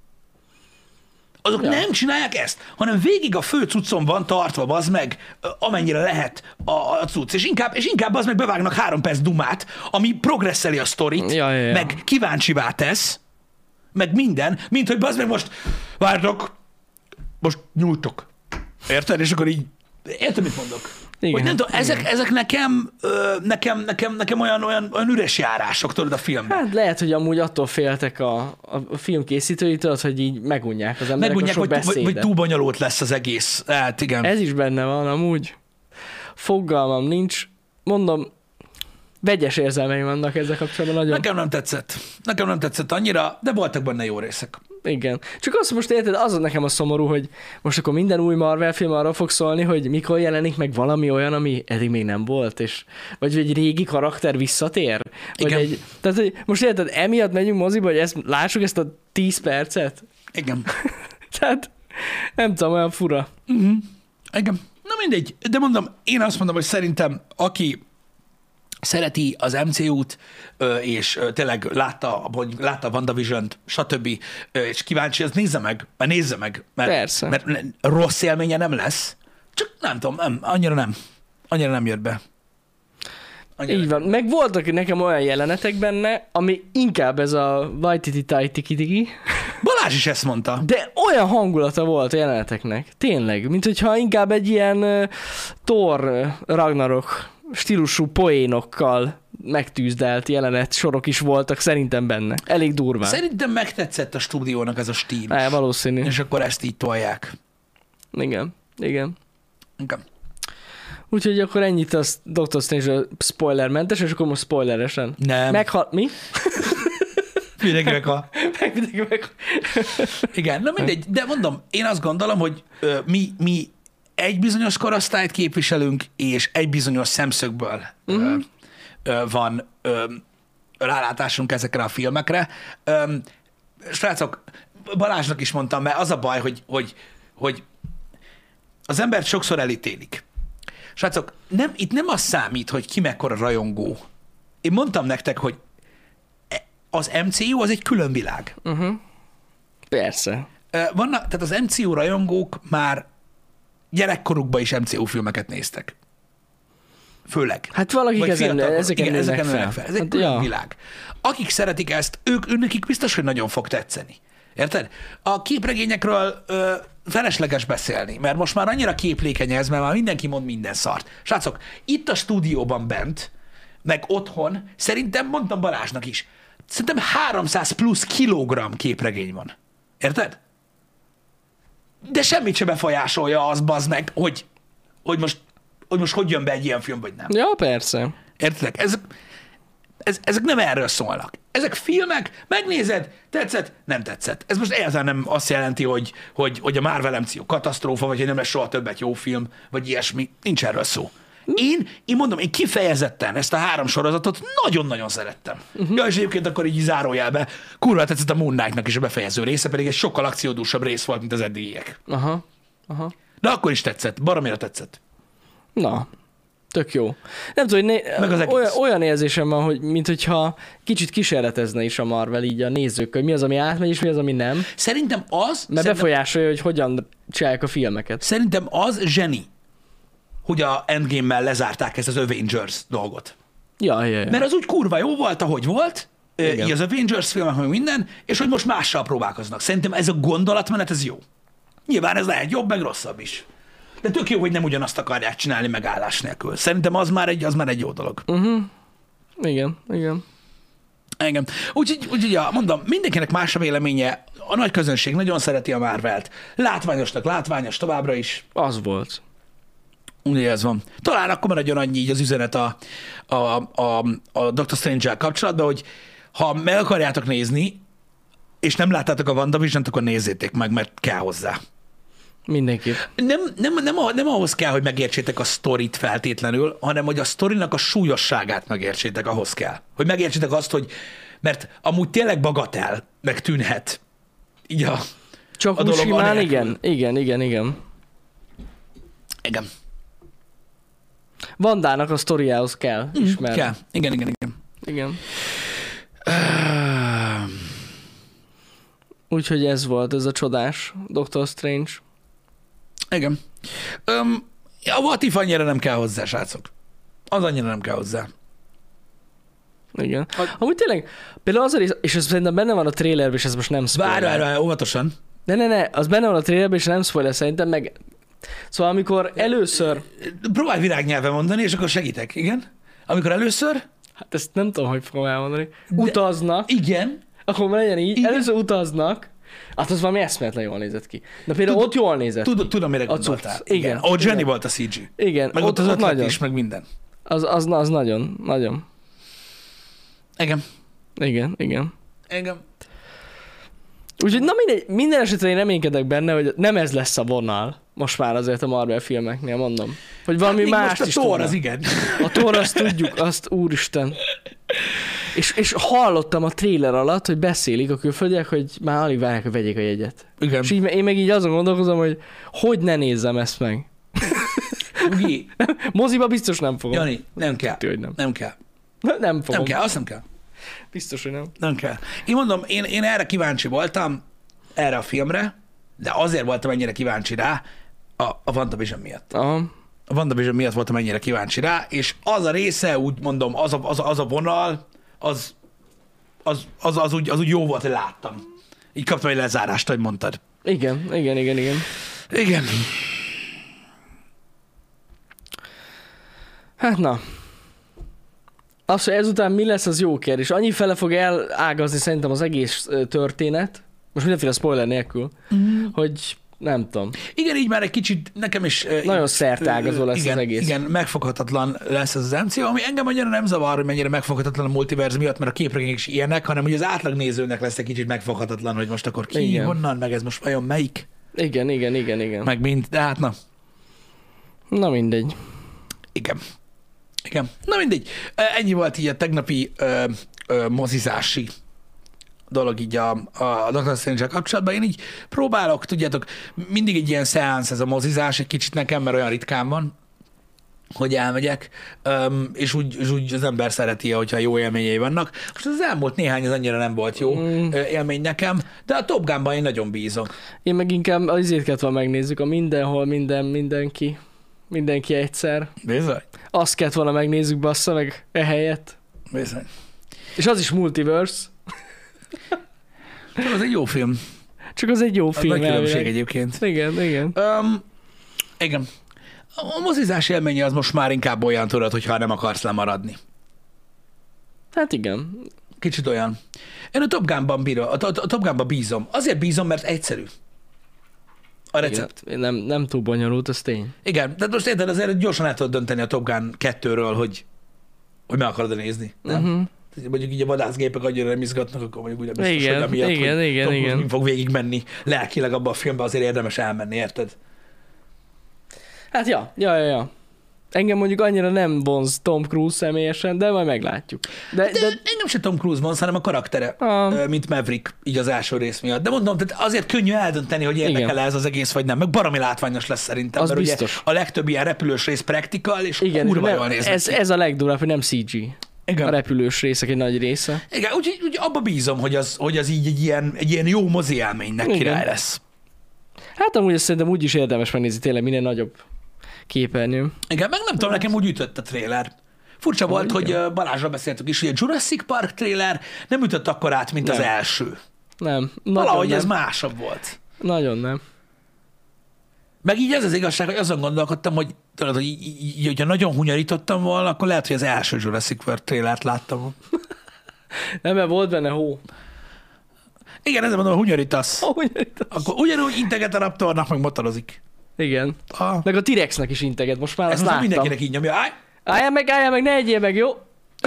Azok nem csinálják ezt, hanem végig a fő cuccon van tartva, bazd meg, amennyire lehet a cucc, és inkább az meg bevágnak 3 perc dumát, ami progresszeli a sztorit, meg kíváncsivá tesz, meg minden, mint hogy bazd meg most, vártok, most nyújtok. Érted? És akkor így, érted, mit mondok? Igen, hogy nem tudom, ezek nekem olyan üres járások, tudod, a filmben. Hát lehet, hogy amúgy attól féltek a film készítőitől, hogy így megunják az emberek a sok beszédet. Vagy túl bonyolult lesz az egész. Hát igen. Ez is benne van amúgy. Fogalmam nincs. Mondom, vegyes érzelmeim vannak ezzel kapcsolatban nagyon. Nekem nem tetszett annyira, de voltak benne jó részek. Igen. Csak azt most érted, az nekem a szomorú, hogy most akkor minden új Marvel film arról fog szólni, hogy mikor jelenik meg valami olyan, ami eddig még nem volt, és vagy egy régi karakter visszatér. Vagy tehát, hogy most érted, emiatt megyünk moziba, hogy lássuk ezt a 10 percet? Igen. Tehát nem tudom, olyan fura. Igen. Na mindegy, de mondom, én azt mondom, hogy szerintem aki szereti az MCU-t, és tényleg látta a WandaVision-t, stb., és kíváncsi, az nézze meg, mert rossz élménye nem lesz. Csak nem tudom, annyira nem jött be. Így van. Meg voltak nekem olyan jelenetek benne, ami inkább ez a Waititi-taitiki. Balázs is ezt mondta. De olyan hangulata volt a jeleneteknek. Tényleg. Mint hogyha inkább egy ilyen Thor Ragnarok stílusú poénokkal megtűzdelt jelenet sorok is voltak szerintem benne. Elég durván. Szerintem megtetszett a stúdiónak ez a stílus. Valószínű. És akkor ezt így tolják. Igen. Úgyhogy akkor ennyit a Doctor Strange spoilermentes, és akkor most spoileresen. Nem. Mi? Mindenki meghal. Mindenki meghal. Igen, na mindegy, de mondom, én azt gondolom, hogy mi egy bizonyos korosztályt képviselünk, és egy bizonyos szemszögből van rálátásunk ezekre a filmekre. srácok, Balázsnak is mondtam, mert az a baj, hogy az embert sokszor elítélik. Srácok, itt nem az számít, hogy ki mekkora rajongó. Én mondtam nektek, hogy az MCU az egy külön világ. Persze. Tehát az MCU rajongók már gyerekkorukban is MCU filmeket néztek. Főleg. Hát valakik ezeken nőnek fel. Ez egy külön világ. Akik szeretik ezt, nekik biztos, hogy nagyon fog tetszeni. Érted? A képregényekről felesleges beszélni, mert most már annyira képlékeny ez, mert már mindenki mond minden szart. Srácok, itt a stúdióban bent, meg otthon, szerintem mondtam Balázsnak is, szerintem 300 plusz kilogramm képregény van. Érted? De semmit se befolyásolja az, bazd meg, hogy most hogy jön be egy ilyen film, vagy nem. Ja, persze. Értedek? Ezek nem erről szólnak. Ezek filmek, megnézed, tetszett, nem tetszett. Ez most egyáltalán nem azt jelenti, hogy a Marvel MCU katasztrófa, vagy hogy nem lesz soha többet jó film, vagy ilyesmi. Nincs erről szó. Én mondom, én kifejezetten ezt a 3 sorozatot nagyon-nagyon szerettem. Ja, és egyébként akkor így zárójelbe kurva tetszett a Moon Knight-nak is a befejező része, pedig egy sokkal akciódúsabb rész volt, mint az eddigiek. Aha. De akkor is tetszett, baromira tetszett. Na, tök jó. Nem tudom, hogy olyan érzésem van, hogy minthogyha kicsit kísérletezne is a Marvel így a nézőkkel, hogy mi az, ami átmegy, és mi az, ami nem. Szerintem befolyásolja, hogy hogyan csinálják a filmeket. Szerintem az zseni, hogy a Endgame-mel lezárták ezt az Avengers dolgot. Ja. Mert az úgy kurva jó volt, ahogy volt, így az Avengers filmek, meg minden, és hogy most mással próbálkoznak. Szerintem ez a gondolatmenet, ez jó. Nyilván ez lehet jobb, meg rosszabb is. De tök jó, hogy nem ugyanazt akarják csinálni megállás nélkül. Szerintem az már egy jó dolog. Igen. Engem. Úgyhogy mondom, mindenkinek más a véleménye. A nagy közönség nagyon szereti a Marvelt. Látványos továbbra is. Az volt. Ugye ez van. Talán akkor maradjon annyi így az üzenet a Doctor Strange-el kapcsolatban, hogy ha meg akarjátok nézni, és nem láttátok a WandaVision-t, akkor nézzétek meg, mert kell hozzá. Mindenképp. Nem ahhoz kell, hogy megértsétek a sztorit feltétlenül, hanem hogy a sztorinak a súlyosságát megértsétek, ahhoz kell. Hogy megértsétek azt, hogy mert amúgy tényleg bagatel, meg tűnhet. Így csak a dolog simán, igen. Igen. Vandának a sztoriához kell ismerni. Kell. Igen. Úgyhogy ez volt, ez a csodás Doctor Strange. Igen. A What If annyira nem kell hozzá, srácok. Az annyira nem kell hozzá. Igen. Amúgy tényleg, például az a rész, és ez szerintem benne van a trailerben, és ez most nem spoiler. Várj, óvatosan. Ne, az benne van a trailerben, és nem spoiler szerintem, meg... Szóval amikor először... Próbálj virágnyelven mondani, és akkor segítek, igen? Amikor először... Hát ezt nem tudom, hogy fogom elmondani. Utaznak. Igen. Akkor legyen így. Igen. Először utaznak. Hát az valami eszméletlen jól nézett ki. De például ott jól nézett ki. Tudom, mire gondoltál. Igen. Ott Jenny volt a CG. Igen. Meg ott az ötlet is, meg minden. Az nagyon. Igen. Úgyhogy na mindegy, minden esetre én reménykedek benne, hogy nem ez lesz a vonal. Most már azért a Marvel filmeknél mondom. Hogy valami hát mást is tudnak. A Thor az igen. A Thor azt tudjuk, azt úristen. És hallottam a trailer alatt, hogy beszélik a külföldiek, hogy már alig várják, hogy vegyék a jegyet. Igen. És én meg így azon gondolkozom, hogy ne nézzem ezt meg. Ugi. Moziba biztos nem fogom. Jani, nem kell. Nem kell. Nem fogom. Nem kell, azt nem kell. Biztos, hogy nem. Nem kell. Én mondom, én erre kíváncsi voltam, erre a filmre, de azért voltam ennyire kíváncsi rá a WandaVision miatt. Aha. A WandaVision miatt voltam ennyire kíváncsi rá, és az a része, úgy mondom, az a vonal, az úgy jó volt, hogy láttam. Így kaptam egy lezárást, ahogy mondtad. Igen. Igen. Hát na. Az, hogy ezután mi lesz, az jó kérdés. Annyi fele fog elágazni szerintem az egész történet, most mindenféle spoiler nélkül, hogy nem tudom. Igen, így már egy kicsit nekem is... Nagyon szerteágazó lesz igen, az egész. Igen, megfoghatatlan lesz az MCU, ami engem annyira nem zavar, hogy mennyire megfoghatatlan a multiverz miatt, mert a képregények is ilyenek, hanem hogy az átlagnézőnek lesz egy kicsit megfoghatatlan, hogy most akkor ki, igen. Honnan, meg ez most vajon melyik? Igen. Meg mind, de hát na. Na mindegy. Igen. Na mindegy. Ennyi volt így a tegnapi mozizási dolog így a Doctor Strange-el kapcsolatban. Én így próbálok, tudjátok, mindig egy ilyen szeánsz ez a mozizás, egy kicsit nekem, mert olyan ritkán van, hogy elmegyek, és úgy az ember szereti, hogyha jó élményei vannak. Most az elmúlt néhány az annyira nem volt jó élmény nekem, de a Top Gunban én nagyon bízok. Én meg inkább az izét kellett volna megnézzük, a mindenhol, mindenki egyszer. Bizony? Azt kellett volna megnézzük, bassza meg ehelyett. Bizony. És az is multiverse. Az egy jó film. Csak az egy jó film. Nagy különbség egyébként. Igen. Igen. A mozizás élménye az most már inkább olyan, tudod, hogyha nem akarsz lemaradni. Hát igen. Kicsit olyan. Én a Top Gunban bízom. Azért bízom, mert egyszerű. A recept. Igen. Nem túl bonyolult, az tény. Igen, de most érted, azért gyorsan el tudod dönteni a Top Gun 2-ről, hogy meg akarod nézni, nem? Mondjuk így a vadászgépek annyira nem izgatnak, akkor mondjuk ugye biztos, igen, hogy amiatt, igen. mi fog végigmenni lelkileg abban a filmben, azért érdemes elmenni, érted? Hát ja. Engem mondjuk annyira nem vonz Tom Cruise személyesen, de majd meglátjuk. De engem se Tom Cruise vonz, hanem a karaktere, mint Maverick, így az első rész miatt. De mondom, tehát azért könnyű eldönteni, hogy érdekel ez az egész, vagy nem. Meg baromi látványos lesz szerintem. Az mert biztos. Ugye a legtöbb ilyen repülős rész practical, és igen, kurva jól néznek ki. Ez a legdurább, hogy nem CG. Igen. A repülős részek egy nagy része. Igen, úgyhogy abba bízom, hogy az így egy ilyen jó mozi élménynek király lesz. Hát amúgy azt szerintem úgy is érdemes megnézni tényleg minél nagyobb képernyőn. Igen, meg nem tudom, nekem úgy ütött a trailer. Furcsa volt, hogy Balázsra beszéltük is, hogy a Jurassic Park trailer nem ütött akkor át, mint az első. Nem. Valahogy ez másabb volt. Nagyon nem. Meg így ez az igazság, hogy azon gondolkodtam, hogy tudod, hogy hogyha nagyon hunyarítottam volna, akkor lehet, hogy az első Jurassic World trailert láttam. Nem, mert volt benne hó. Igen, ezzel mondom, hogy hunyarítasz. Akkor ugyanúgy integet a raptornak, meg motorozik. Igen. Meg a T-Rexnek is integet, most már ezt azt láttam. Mindenkinek így nyomja. Álljál meg, ne egyél meg, jó?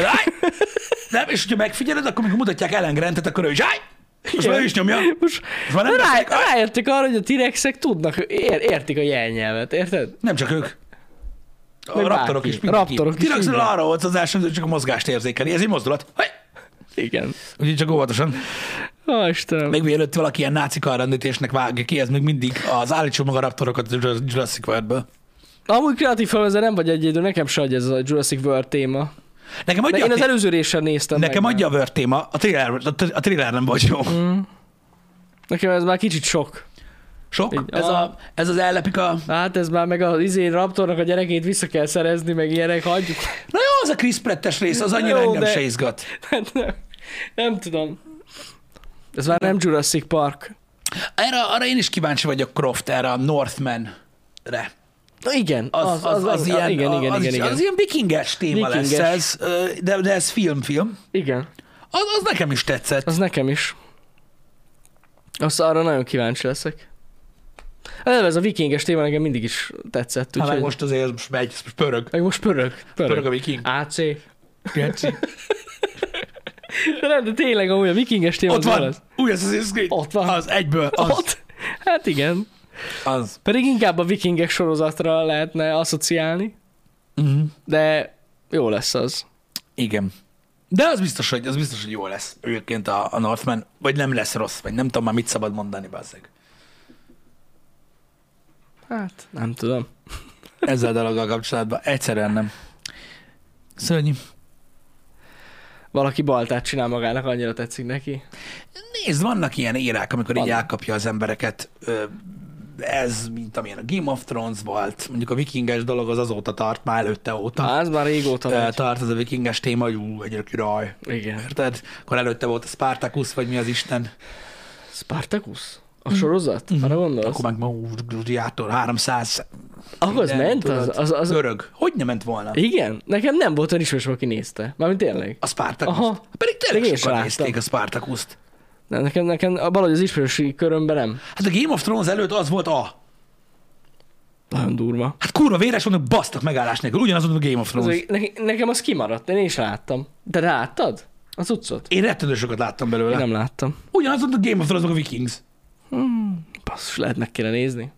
Nem, és hogyha megfigyeled, akkor amikor mutatják Ellen Grantet, akkor ő is most már ő is nyomja. Most már nem rájöttek arra, hogy a T-Rexek tudnak, értik a jelnyelvet, érted? Nem csak ők. A raptorok is. Raptorok is. T-Rexről arra volt az első, hogy csak a mozgást érzékeli. Ez egy mozdulat. Igen. Úgyhogy csak óvatosan. Ó, Istenem. Még mielőtt valaki ilyen náci karrendítésnek vágja ki, ez még mindig az állítsuk meg a raptorokat a Jurassic World-ből. Amúgy kreatív felvezető nem vagy egyedül, nekem se adja ez a Jurassic World téma. Nekem adja én az előző résen néztem. Nekem adja a World téma, a trailer nem volt jó. Nekem ez már kicsit sok. Sok? Így, ez az ellepik a... Hát ez már meg az raptornak a gyerekét vissza kell szerezni, meg ilyenek, hagyjuk. Na jó, az a Chris Pratt-es rész, az annyira jó, engem se izgat. Nem tudom. Ez már nem Jurassic Park. Arra én is kíváncsi vagyok, Croft, erre a Northman-re. Na igen, az ilyen vikinges téma lesz ez, de ez film. Igen. Az nekem is tetszett. Az nekem is. Azt arra nagyon kíváncsi leszek. Ez a vikinges téma nekem mindig is tetszett. Hát meg most azért most megy, most pörög. Meg most pörög. Pörög a viking. AC. Geci. De tényleg amúgy a vikinges téma ott van. Új Assassin's Creed. Ott van. Az egyből. Az. Ott. Hát igen. Az. Pedig inkább a vikingek sorozatra lehetne asszociálni. De jó lesz az. Igen. De az biztos, hogy jó lesz egyébként a Northman, vagy nem lesz rossz, vagy nem tudom már mit szabad mondani, bazzeg. Hát, nem tudom. Ezzel a dologgal kapcsolatban egyszerűen nem. Szörnyű. Valaki baltát csinál magának, annyira tetszik neki. Nézd, vannak ilyen érák, amikor így elkapja az embereket. Ez, mint amilyen a Game of Thrones volt. Mondjuk a vikinges dolog az azóta tart, már előtte óta. Ez már régóta tart az a vikinges téma, hogy egyre király. Igen. Érted? Akkor előtte volt a Spartacus, vagy mi az Isten? Spartacus? A sorozat? Arra gondolsz? Akkor meg Gladiátor 300. Akkor az ment? Az görög. Hogy nem ment volna? Igen? Nekem nem volt olyan ismerős, aki nézte. Mármint tényleg. A Spartacus. Pedig tényleg sokan nézték a Spartacust. Nekem valahogy az ismerősi körömben nem. Hát a Game of Thrones előtt az volt Nagyon durva. Hát kurva véres mondok, basztak megállás nélkül. Ugyanaz mondom a Game of Thrones. Nekem az kimaradt, én is láttam. De láttad? Az utcot? Én rettentő sokat láttam belőle. Én nem láttam. Ugyanaz mondom a Game of Thrones, meg a Vikings. Basszus, lehet meg kéne nézni.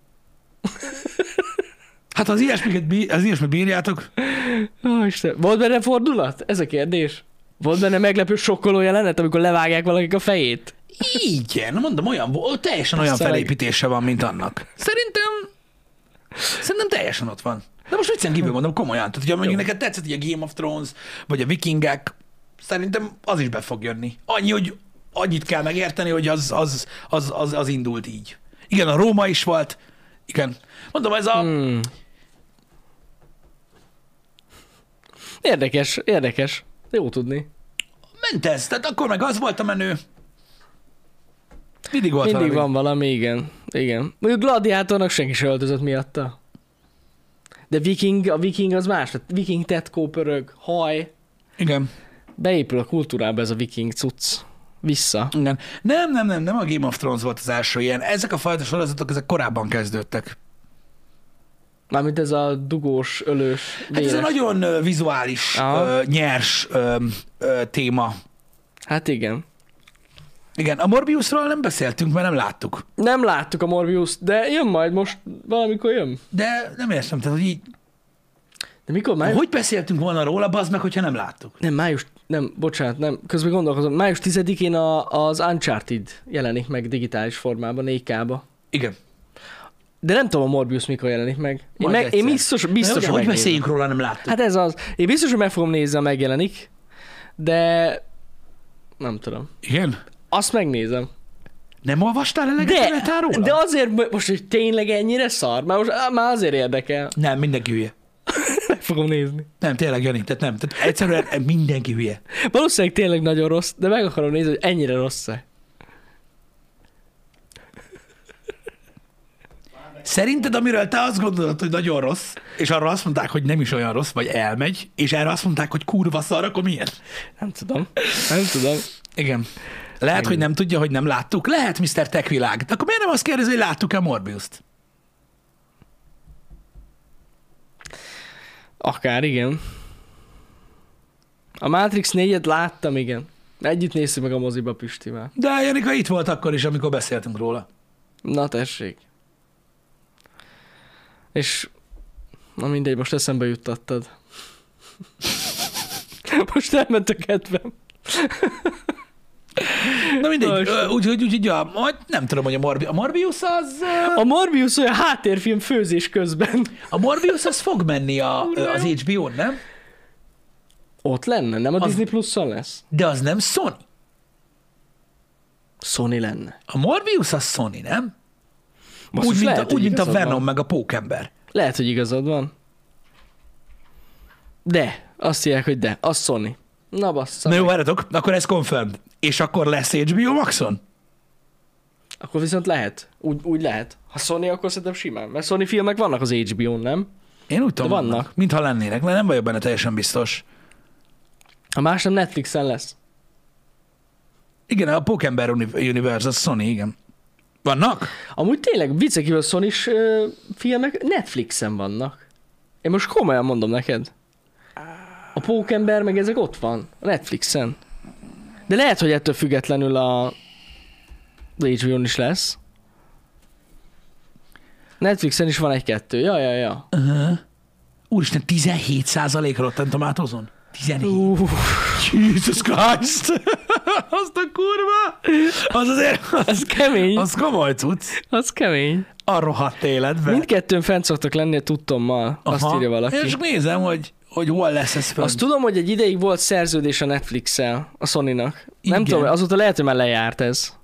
Hát az ilyesmit bírjátok. Ó, Isten. Volt benne fordulat? Ez a kérdés. Volt benne meglepő sokkoló jelenet, amikor levágják valakik a fejét? Igen, mondom, teljesen olyan Aztán felépítése van, mint annak. Szerintem teljesen ott van. De most viccen kívül mondom, komolyan. Tehát, hogyha mondjuk neked tetszett így a Game of Thrones, vagy a Vikingek, szerintem az is be fog jönni. Hogy annyit kell megérteni, hogy az indult így. Igen, a Róma is volt. Igen. Mondom, ez a... Érdekes. Jó tudni. Ment ez, tehát akkor meg az volt a menő. Mindig volt Mindig valami. van valami, igen. Mondjuk Gladiátornak senki se öltözött miatta. De a viking az más. Viking tetkó, pörög, haj. Igen. Beépül a kultúrába ez a viking cucc. Vissza. Igen. Nem a Game of Thrones volt az első ilyen. Ezek a fajta sorozatok, ezek korábban kezdődtek. Mármint ez a dugós, ölős, véres. Hát ez a nagyon vizuális, nyers téma. Hát igen. Igen, a Morbiusról nem beszéltünk, mert nem láttuk. Nem láttuk a Morbius, de jön majd most, valamikor jön. De nem értem, tehát, hogy így... De mikor május? Hogy beszéltünk volna róla, bazd meg, hogyha nem láttuk? Nem, közben gondolkozom. Május 10-én az Uncharted jelenik meg digitális formában, 4K-ba. Igen. De nem tudom, a Morbius mikor jelenik meg. Majd Én biztos, hogy hogy megnézem. beszéljünk róla, nem láttuk. Hát ez az. Én biztos, hogy meg fogom nézni, ha megjelenik, de nem tudom. Igen? Azt megnézem. Nem olvastál eleget róla? De azért most, hogy tényleg ennyire szar, már azért érdekel. Nem, mindenki hülye. Meg fogom nézni. Nem, tényleg, Jani, tehát nem. Tehát egyszerűen mindenki hülye. Valószínűleg tényleg nagyon rossz, de meg akarom nézni, hogy ennyire rossz-e. Szerinted, amiről te azt gondolod, hogy nagyon rossz, és arra azt mondták, hogy nem is olyan rossz, vagy elmegy, és erre azt mondták, hogy kurva szar, akkor milyen? Nem tudom. Igen. Lehet, hogy nem tudja, hogy nem láttuk. Lehet, Mr. Techvilág. De akkor miért nem azt kérdezi, hogy láttuk-e Morbiust? Akár, igen. A Matrix 4-et láttam, igen. Együtt néztük meg a moziba Pistivel. De Janika itt volt akkor is, amikor beszéltünk róla. Na tessék. És na mindegy, most eszembe juttattad. Most elment a kedvem. Na mindegy, úgyhogy nem tudom, hogy a Morbius az... A Morbius olyan háttérfilm főzés közben. A Morbius az fog menni az HBO-n, nem? Ott lenne, nem a Disney Plus-on lesz? De az nem Sony. Sony lenne. A Morbius az Sony, nem? Lehet, Úgy, mint a igazad Venom van. meg a Pókember. Lehet, hogy igazad van. De, azt hívják, hogy de. Az Sony. Na bassza. Na jó, várjatok, akkor ez confirmed. És akkor lesz HBO Maxon? Akkor viszont lehet. Úgy lehet. Ha Sony, akkor szerintem simán. Mert Sony filmek vannak az HBO-n, nem? Én úgy tudom, vannak. Mintha lennének, de nem vagyok benne teljesen biztos. A más nem Netflixen lesz. Igen, a Pókember Universe, az Sony, igen. Vannak? Amúgy tényleg viccekívül Sony-s filmek Netflixen vannak. Én most komolyan mondom neked. A Pókember meg ezek ott van. A Netflixen. De lehet, hogy ettől függetlenül a HBO-n is lesz. Netflixen is van egy-kettő. Ja. Uh-huh. Úristen, 17% Rotten Tomatoes-on? 17. Jesus Christ! Azt a kurva! Az azért... Az kemény. Az komoly cucc. Az kemény. A rohadt életben. Mindkettőn fent szoktak lenni a tudtommal. Azt írja valaki. Én csak nézem, hogy hol lesz ez fönn. Azt tudom, hogy egy ideig volt szerződés a Netflix-el, a Sony-nak. Nem Igen. tudom, azóta lehet, hogy már lejárt ez.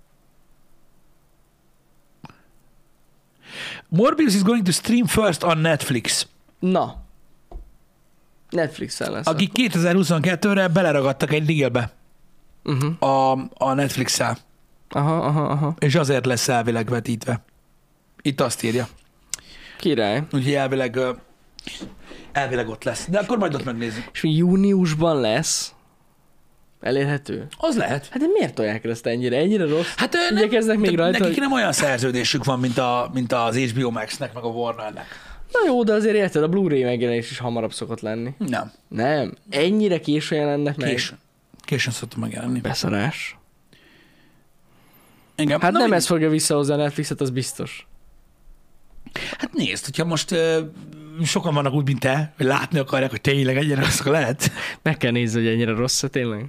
Morbius is going to stream first on Netflix. Na. Netflixen lesz. Akik 2022-re beleragadtak egy dealbe a Netflix-el. Aha. És azért lesz elvileg vetítve. Itt azt írja. Király. Úgyhogy elvileg ott lesz. De akkor majd ott megnézzük. És júniusban lesz elérhető? Az lehet. Hát de miért tolják el ezt ennyire? Ennyire rossz? Hát Igyekeznek még rajta, nekik hogy... nem olyan szerződésük van, mint az HBO Max-nek, meg a Warnernek. Na jó, de azért érted, a Blu-ray megjelenés is hamarabb szokott lenni. Nem. Nem. Ennyire későn jelennek meg? Későn szoktam megjelenni. Beszarás. Engem. Hát Na, nem ez fogja visszahozni a Netflixet, az biztos. Hát nézd, hogyha most sokan vannak úgy, mint te, hogy látni akarják, hogy tényleg ennyire rosszak lehet. Meg kell nézni, hogy ennyire rossz, tényleg.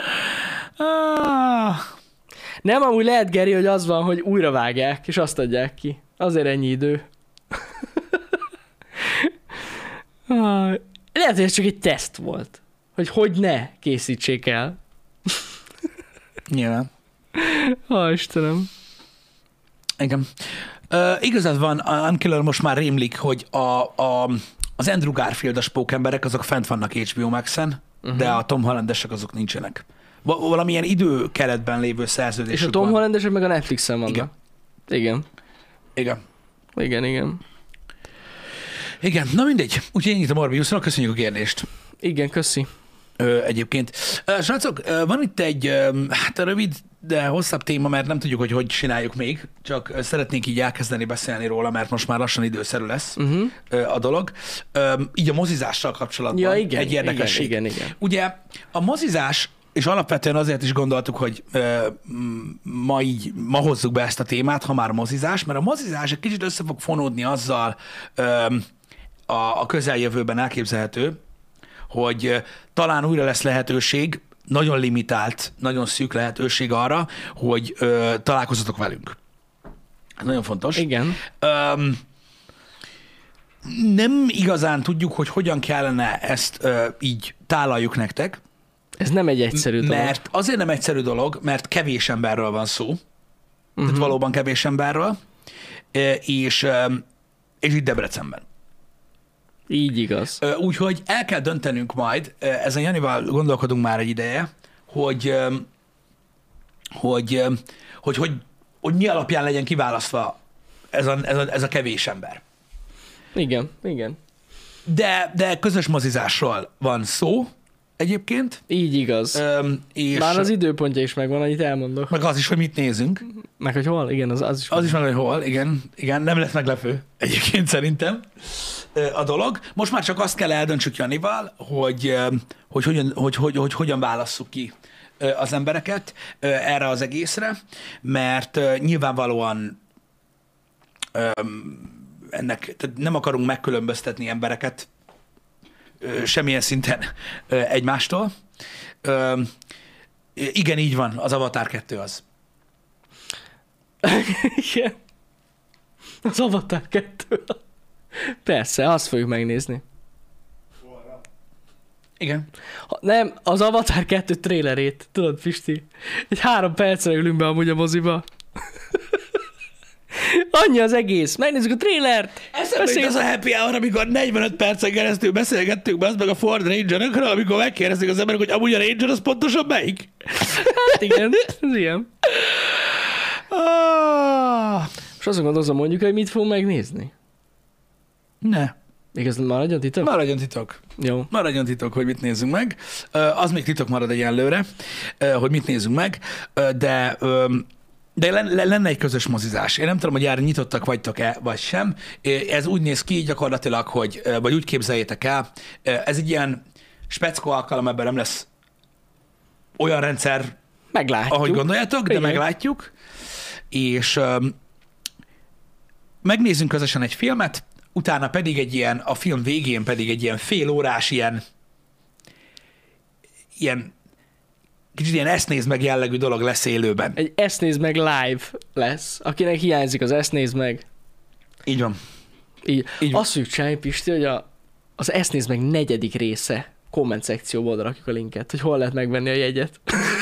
Ah, Nem, amúgy lehet, Geri, hogy az van, hogy újra vágják, és azt adják ki. Azért ennyi idő. Lehet, hogy ez csak egy teszt volt. Hogy ne készítsék el. nyilván. Istenem. Igen. Igazad van, Unkiller most már rémlik, hogy az Andrew Garfield-as pókemberek, azok fent vannak HBO Max-en, de a Tom Hollandesek azok nincsenek. Valamilyen időkeretben lévő szerződésük És a Tom van. Hollandesek meg a Netflixen vannak. Igen. Igen. Igen, na mindegy. Úgyhogy ennyit a Morbiusnak, köszönjük a kérdést. Igen, köszi. Egyébként. Srácok, van itt egy rövid, de hosszabb téma, mert nem tudjuk, hogy csináljuk még, csak szeretnénk így elkezdeni beszélni róla, mert most már lassan időszerű lesz a dolog. Így a mozizással kapcsolatban Ja, igen, egy érdekesség. igen. Ugye a mozizás, és alapvetően azért is gondoltuk, hogy ma hozzuk be ezt a témát, ha már mozizás, mert a mozizás egy kicsit össze fog fonódni azzal a közeljövőben elképzelhető, hogy talán újra lesz lehetőség, nagyon limitált, nagyon szűk lehetőség arra, hogy találkozzatok velünk. Ez nagyon fontos. Igen. Nem igazán tudjuk, hogy hogyan kellene ezt így tálaljuk nektek. Ez nem egy egyszerű dolog. Mert azért nem egyszerű dolog, mert kevés emberről van szó. Tehát valóban kevés emberről. És itt Debrecenben. Így igaz. Úgyhogy el kell döntenünk majd, ezen Janival gondolkodunk már egy ideje, hogy mi alapján legyen kiválasztva ez a kevés ember. Igen. De közös mozizásról van szó egyébként. Így igaz. És Már az időpontja is megvan, annyit elmondok. meg az is, hogy mit nézünk. Meg hogy hol? Igen, az is. Az is meg, hogy hol, igen, nem lesz meglepő egyébként szerintem a dolog. Most már csak azt kell eldöntsük Janival, hogy hogyan válasszuk ki az embereket erre az egészre, mert nyilvánvalóan tehát nem akarunk megkülönböztetni embereket semmilyen szinten egymástól. Igen, így van, az Avatar 2 az. Igen. Az Avatar 2. Persze, azt fogjuk megnézni. Igen. Nem, az Avatar 2 trailerét, tudod, Pisti? Egy 3 percre ülünk be amúgy a moziba. Annyi az egész. Megnézzük a trailert. Eszembe az a happy hour, amikor 45 percen keresztül beszélgettünk be, az meg a Ford Rangerökről, amikor megkérdezik az emberek, hogy amúgy a Ranger az pontosan melyik? Hát igen, ez ilyen. És azon gondolom, mondjuk, hogy mit fogunk megnézni. Ne. Igaz, maradjon titok? Maradjon titok. Jó. Maradjon titok, hogy mit nézzünk meg. Az még titok marad egyenlőre, hogy mit nézzünk meg, de lenne egy közös mozizás. Én nem tudom, hogy erre nyitottak vagytok-e, vagy sem. Ez úgy néz ki gyakorlatilag, vagy úgy képzeljétek el, ez egy ilyen speckó alkalom, ebben nem lesz olyan rendszer, Meglátjuk. ahogy gondoljátok, de Igen. meglátjuk. És megnézzünk közösen egy filmet, utána pedig a film végén pedig egy ilyen fél órás, ilyen kicsit ilyen ezt nézd meg jellegű dolog lesz élőben. Egy ezt nézd meg live lesz. Akinek hiányzik az ezt nézd meg. Így van. Így Így van. azt fogjuk csinálni, Pisti, hogy az ezt nézd meg 4. része komment szekcióba oda rakjuk a linket, hogy hol lehet megvenni a jegyet.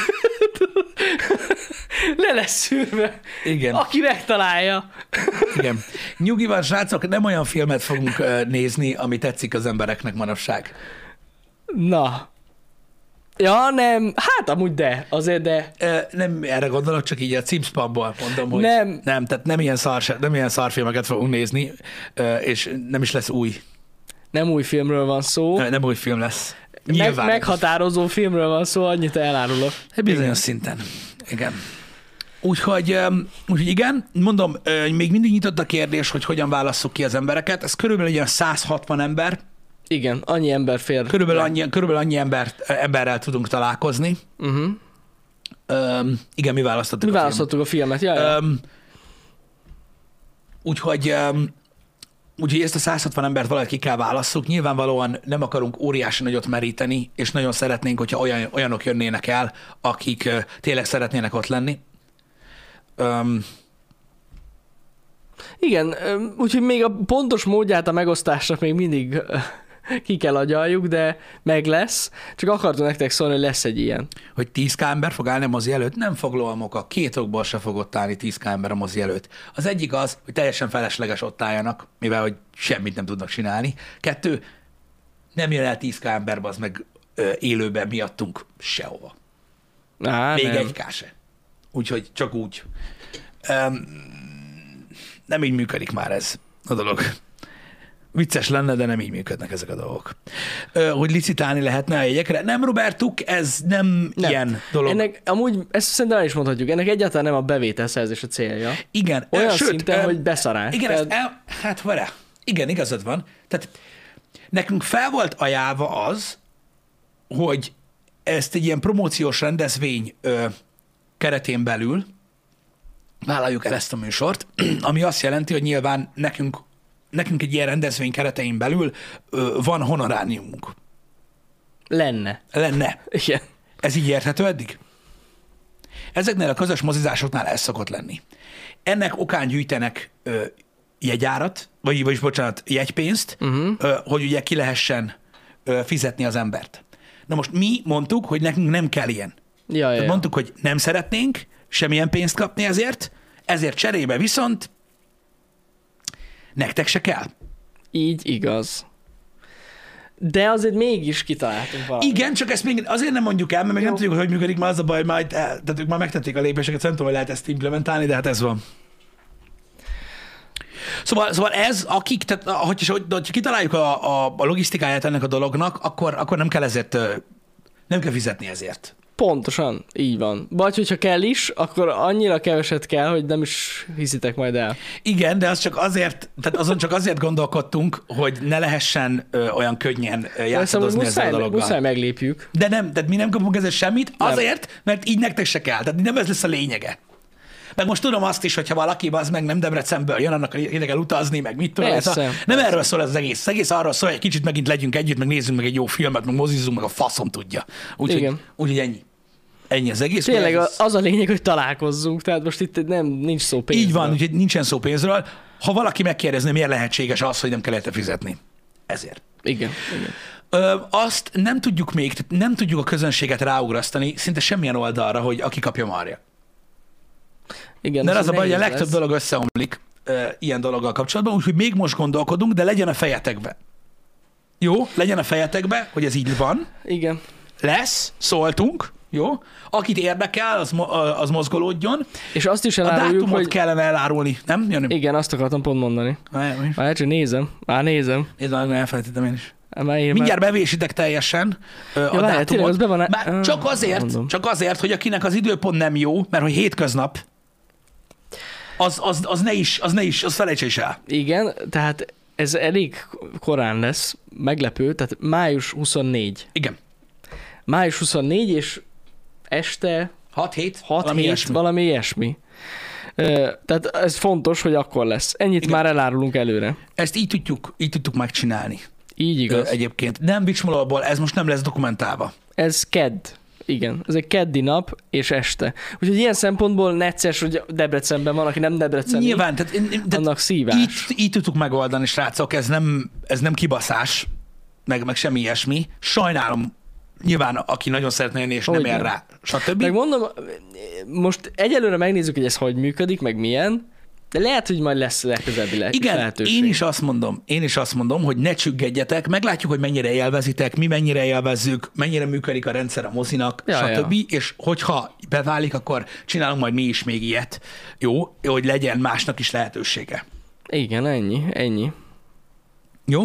Le lesz szűrve. Igen. Aki megtalálja. Igen. Nyugi van, srácok, nem olyan filmet fogunk nézni, ami tetszik az embereknek manapság. Na. Ja, nem. Hát amúgy azért de. Nem erre gondolok, csak így a címspamból mondom, hogy Nem. Tehát nem ilyen szarfilmeket fogunk nézni, és nem is lesz új. Nem új filmről van szó. Nem új film lesz. Nyilván. Meghatározó filmről van szó, annyit elárulok. Bizonyos szinten. Igen. Úgyhogy igen, mondom, még mindig nyitott a kérdés, hogy hogyan válasszuk ki az embereket. Ez körülbelül egy olyan 160 ember. Igen, annyi ember fér. Körülbelül annyi emberrel tudunk találkozni. Igen, mi választottuk Mi választottuk a filmet, jaj. Úgyhogy Úgyhogy ezt a 160 embert valahogy ki kell válasszuk. Nyilvánvalóan nem akarunk óriási nagyot meríteni, és nagyon szeretnénk, hogyha olyanok jönnének el, akik tényleg szeretnének ott lenni. Igen, úgyhogy még a pontos módját a megosztásnak még mindig ki kell agyaljuk, de meg lesz. Csak akartam nektek szólni, hogy lesz egy ilyen. Hogy 10k ember fog állni a mozi előtt? Nem fog Moka. 2 okból se fog ott állni 10k ember a mozi előtt. Az egyik az, hogy teljesen felesleges ott álljanak, mivel hogy semmit nem tudnak csinálni. 2, nem jön el 10k ember, az meg élőben miattunk sehova. Még nem. 1k se. Úgyhogy csak úgy. Nem így működik már ez a dolog. Vicces lenne, de nem így működnek ezek a dolgok. Hogy licitálni lehetne a jegyekre. Nem, Robertuk, ez nem ilyen dolog. Ennek, amúgy ezt szerintem el is mondhatjuk, ennek egyáltalán nem a bevételszerzés a célja. Igen. Olyan szinten, hogy beszarás. Igen, hát várjál. Igen, igazad van. Tehát nekünk fel volt ajánlva az, hogy ezt egy ilyen promóciós rendezvény keretén belül vállaljuk el ezt a műsort, ami azt jelenti, hogy nyilván nekünk egy ilyen rendezvény keretein belül van honoráriumunk. Lenne. Igen. Ez így érthető eddig? Ezeknél a közös mozizásoknál ez szokott lenni. Ennek okán gyűjtenek jegyárat, vagyis bocsánat, jegypénzt, hogy ugye ki lehessen fizetni az embert. Na most mi mondtuk, hogy nekünk nem kell ilyen. Ja. Mondtuk, hogy nem szeretnénk semmilyen pénzt kapni ezért cserébe viszont nektek se kell. Így igaz. De azért mégis kitaláltunk valamit. Igen, csak ezt még azért nem mondjuk el, mert még nem tudjuk, hogy működik, már az a baj, tehát ők már megtették a lépéseket, nem tudom, hogy lehet ezt implementálni, de hát ez van. Szóval ez, akik, tehát hogyha kitaláljuk a logisztikáját ennek a dolognak, akkor nem kell ezért, nem kell fizetni ezért. Pontosan, így van. Vagy hogyha kell is, akkor annyira keveset kell, hogy nem is hiszitek majd el. Igen, de az csak azért, tehát azon csak azért gondolkodtunk, hogy ne lehessen olyan könnyen játszadozni ezzel a dologgal. Muszáj meglépjük. De nem, tehát mi nem kapunk ezzel semmit, azért, mert így nektek se kell. Tehát nem ez lesz a lényege. Meg most tudom azt is, hogyha valaki az meg nem Debrecenből jön, annak ide kell utazni, meg mit tudom. Nem erről szól ez az egész. Az egész arról szól, hogy egy kicsit megint legyünk együtt, meg nézzünk meg egy jó filmet, meg mozizzunk, meg a faszom tudja. Úgyhogy ennyi. Ennyi az egész. Tényleg az a lényeg, hogy találkozzunk, tehát most itt nincs szó pénzről. Így van, úgyhogy nincsen szó pénzről. Ha valaki megkérdezné, miért lehetséges az, hogy nem kell érte fizetni. Ezért. Igen. Azt nem tudjuk még, nem tudjuk a közönséget ráugrasztani szinte semmilyen oldalra, hogy aki kapja marja. Igen, de az a baj, hogy a legtöbb dolog összeomlik ilyen dologgal kapcsolatban, úgyhogy még most gondolkodunk, de legyen a fejetekbe. Jó? Legyen a fejetekbe, hogy ez így van. Igen. Lesz, szóltunk, jó? Akit érdekel, az mozgolódjon. És azt is eláruljuk, a dátumot hogy kellene elárulni, nem? Jönni? Igen, azt akartam pont mondani. Már csak nézem. Nézem. Nézd, elfelejtettem én is. Mindjárt bevésitek teljesen a dátumot. Tényleg, csak azért, hogy akinek az időpont nem jó, mert hogy hétköznap, az felejtse is el. Igen, tehát ez elég korán lesz, meglepő, tehát május 24. Igen. Május 24, és este 6-7, valami ilyesmi. Tehát ez fontos, hogy akkor lesz. Ennyit igen. Már elárulunk előre. Ezt így tudtuk megcsinálni. Így igaz. Egyébként. Nem vicsmolóból, ez most nem lesz dokumentálva. Ez kedd. Igen, ez egy keddi nap és este. Úgyhogy ilyen szempontból necces, hogy Debrecenben van, aki nem Debreceni. Nyilván, tehát annak szívás. Így tudtuk megoldani, srácok, ez nem kibaszás, meg semmi ilyesmi. Sajnálom, nyilván, aki nagyon szeretne jönni, és nem ér rá, stb. Meg mondom, most egyelőre megnézzük, hogy ez hogy működik, meg milyen, de lehet, hogy majd lesz legközelebbi lehetőség. Igen, én is azt mondom, hogy ne csüggedjetek, meglátjuk, hogy mennyire élvezitek, mi mennyire élvezzük, mennyire működik a rendszer a mozinak, stb. És hogyha beválik, akkor csinálunk majd mi is még ilyet. Jó? Hogy legyen másnak is lehetősége. Igen, ennyi. Jó?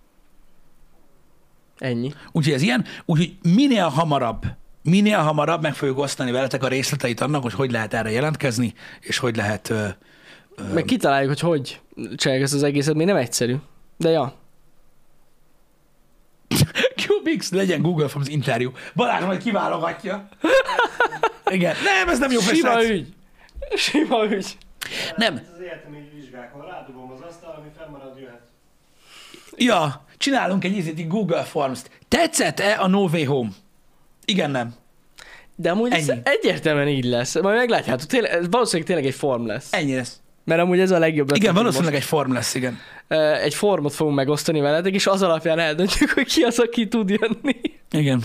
Ennyi. Úgyhogy ez ilyen, úgyhogy minél hamarabb meg fogjuk osztani veletek a részleteit annak, hogy lehet erre jelentkezni, és hogy lehet... Meg kitaláljuk, hogy csináljuk ezt az egészet, még nem egyszerű. De ja. QBX, legyen Google Forms interjú. Balázs majd kiválogatja. Igen. Nem, ez nem jó festet. Sima ügy. Nem. Ez az egyetemi vizsgákon rádugom az asztal, ami fennmarad, jöhet. Ja, csinálunk egy Google Forms-t. Tetszett-e a No Way Home? Igen, nem. De amúgy ez egyértelműen így lesz. Majd meglátjátok, valószínűleg tényleg egy form lesz. Ennyi lesz. Mert amúgy ez a legjobb. Igen, valószínűleg egy form lesz, igen. Egy formot fogunk megosztani veletek, és az alapján eldöntjük, hogy ki az, aki tud jönni. Igen.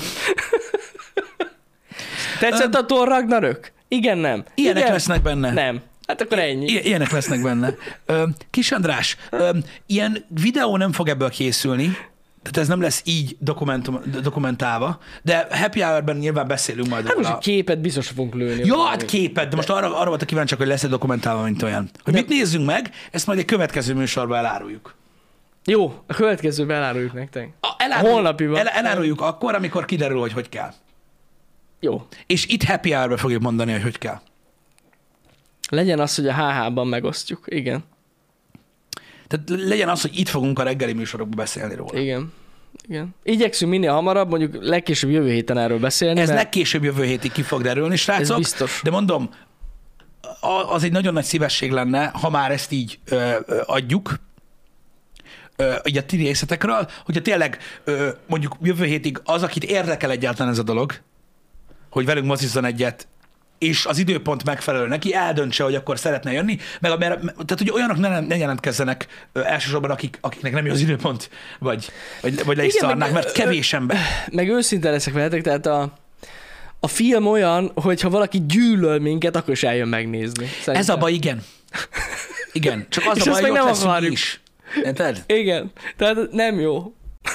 Tetszett a Thor Ragnarök? Igen, nem. Ilyenek igen? lesznek benne. Nem. Hát akkor ennyi. Ilyenek lesznek benne. Kis András, ilyen videó nem fog ebből készülni, tehát ez nem lesz így dokumentálva, de Happy Hour-ben nyilván beszélünk majd Hát róla. most egy képet biztos fogunk lőni. Ja, hát képet, de most arra voltak kíváncsiak, hogy lesz egy dokumentálva, mint olyan. Hogy mit nézzünk meg, ezt majd egy következő műsorban eláruljuk. Jó, a következőben eláruljuk nektek. Holnapiban. Eláruljuk akkor, amikor kiderül, hogy kell. Jó. És itt Happy Hour-ben fogjuk mondani, hogy kell. Legyen az, hogy a HH-ban megosztjuk. Igen. Tehát legyen az, hogy itt fogunk a reggeli műsorokban beszélni róla. Igen. Igen. Igyekszünk minél hamarabb, mondjuk legkésőbb jövő héten erről beszélni. Ez legkésőbb jövő hétig ki fog derülni, srácok. Ez biztos. De mondom, az egy nagyon nagy szívesség lenne, ha már ezt így adjuk, így a ti részletekről, hogyha tényleg mondjuk jövő hétig az, akit érdekel egyáltalán ez a dolog, hogy velünk mozizzon egyet, és az időpont megfelelő neki, eldöntse, hogy akkor szeretne jönni, tehát hogy olyanok ne jelentkezzenek elsősorban, akiknek nem jó az időpont, vagy le is szarnák, mert kevés ember. Meg őszinte leszek veletek, tehát a film olyan, hogy ha valaki gyűlöl minket, akkor is eljön megnézni. Szerintem. Ez a baj, igen. Igen, csak az a baj, hogy ott leszünk mi is. Érted? Igen, tehát nem jó.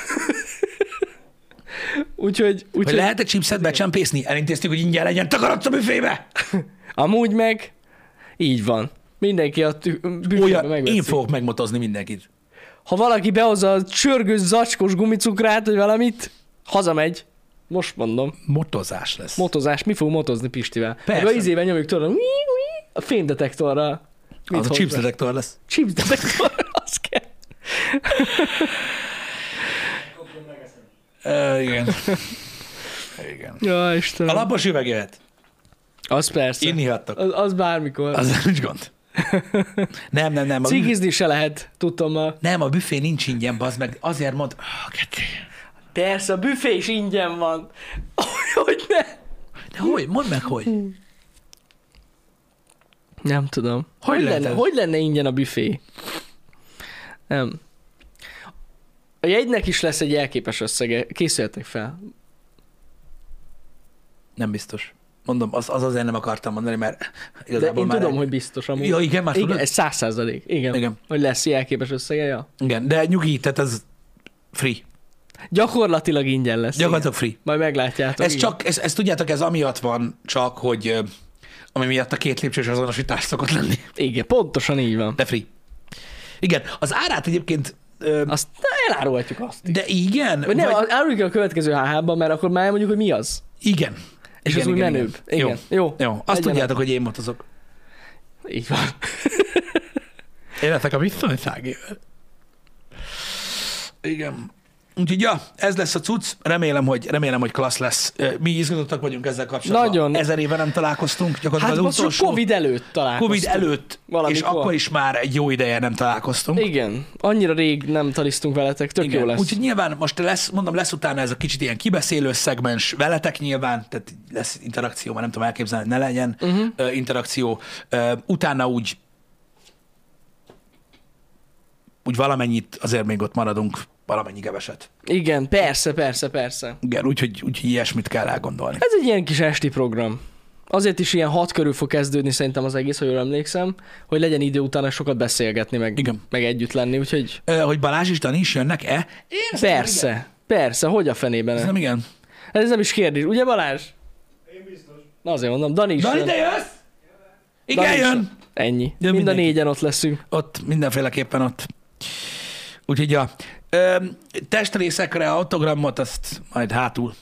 Úgyhogy hogy lehet egy chipset becsempészni? Elintéztük, hogy ingyen legyen takarodsz a büfébe! Amúgy meg így van. Mindenki a büfébe megveszi. Én fogok megmotozni mindenkit. Ha valaki behozza a csörgős zacskós gumicukrát, vagy valamit, hazamegy. Most mondom. Motozás lesz. Motozás. Mi fogunk motozni Pistivel? Persze. Meg a izével nyomjuk tőle a fémdetektorral. Az a chipsdetektor lesz. Chipsdetektor, az kell. Igen. Igen. Ja, Istenem. A lapos üveg jöhet. Az persze. Innihattok. Az bármikor. Az nincs gond. Nem. Cigizni se lehet, tudtam már. Nem, a büfé nincs ingyen, bazd meg. Azért mond... Persze, a büfé is ingyen van. Hogy ne? De hogy? Mondd meg, hogy. Nem tudom. Hogy lenne ingyen a büfé? Nem. A jegynek is lesz egy elképes összege. Készüljetek fel. Nem biztos. Mondom, az azért nem akartam mondani, mert igazából de én már tudom, hogy biztos amúgy. Ja, igen, már igen, ez 100%. Igen. Hogy lesz elképes összege, ja. Igen, de nyugi, tehát ez free. Gyakorlatilag ingyen lesz. Gyakorlatilag free. Majd meglátjátok. Ez tudjátok, ez amiatt van csak, hogy ami miatt a 2 lépcsős azonosítás szokott lenni. Igen, pontosan így van. De free. Igen, az árát egyébként... Azt elárulhatjuk azt. De igen? Vagy nem, áruljuk a következő HH-ban, mert akkor már mondjuk, hogy mi az. Igen. És igen, az úgy menőbb. Igen. Jó. Azt tudjátok, hogy én motozok. Így van. Életek a biztonságével. Igen. Úgyhogy ja, ez lesz a cucc. Remélem, hogy klassz lesz. Mi izgatottak vagyunk ezzel kapcsolatban. Nagyon. 1000 éve nem találkoztunk. Gyakorlatilag hát most Covid előtt találkoztunk. Covid előtt. Valamikor. És akkor is már egy jó ideje nem találkoztunk. Igen. Annyira rég nem talisztunk veletek. Tök jó lesz. Úgyhogy nyilván most lesz utána ez a kicsit ilyen kibeszélő szegmens veletek nyilván, tehát lesz interakció, már nem tudom elképzelni, hogy ne legyen interakció. Utána úgy valamennyit azért még ott maradunk, valamennyi keveset. Igen, persze. Igen, úgyhogy ilyesmit kell elgondolni. Ez egy ilyen kis esti program. Azért is ilyen 6 körül fog kezdődni szerintem az egész, ha jól emlékszem, hogy legyen idő utána sokat beszélgetni, meg együtt lenni, úgyhogy... Hogy Balázs és Dani is jönnek-e? Persze, hogy a fenében? Ez nem igen. Ez nem is kérdés, ugye Balázs? Én biztos. Na azért mondom, Dani is Dani, te jössz? Igen, jön! Ennyi. Mind a 4-en ott leszünk. Ott, mindenféleképpen ott. Úgyhogy ja. Testrészekre autogramot, azt majd hátul.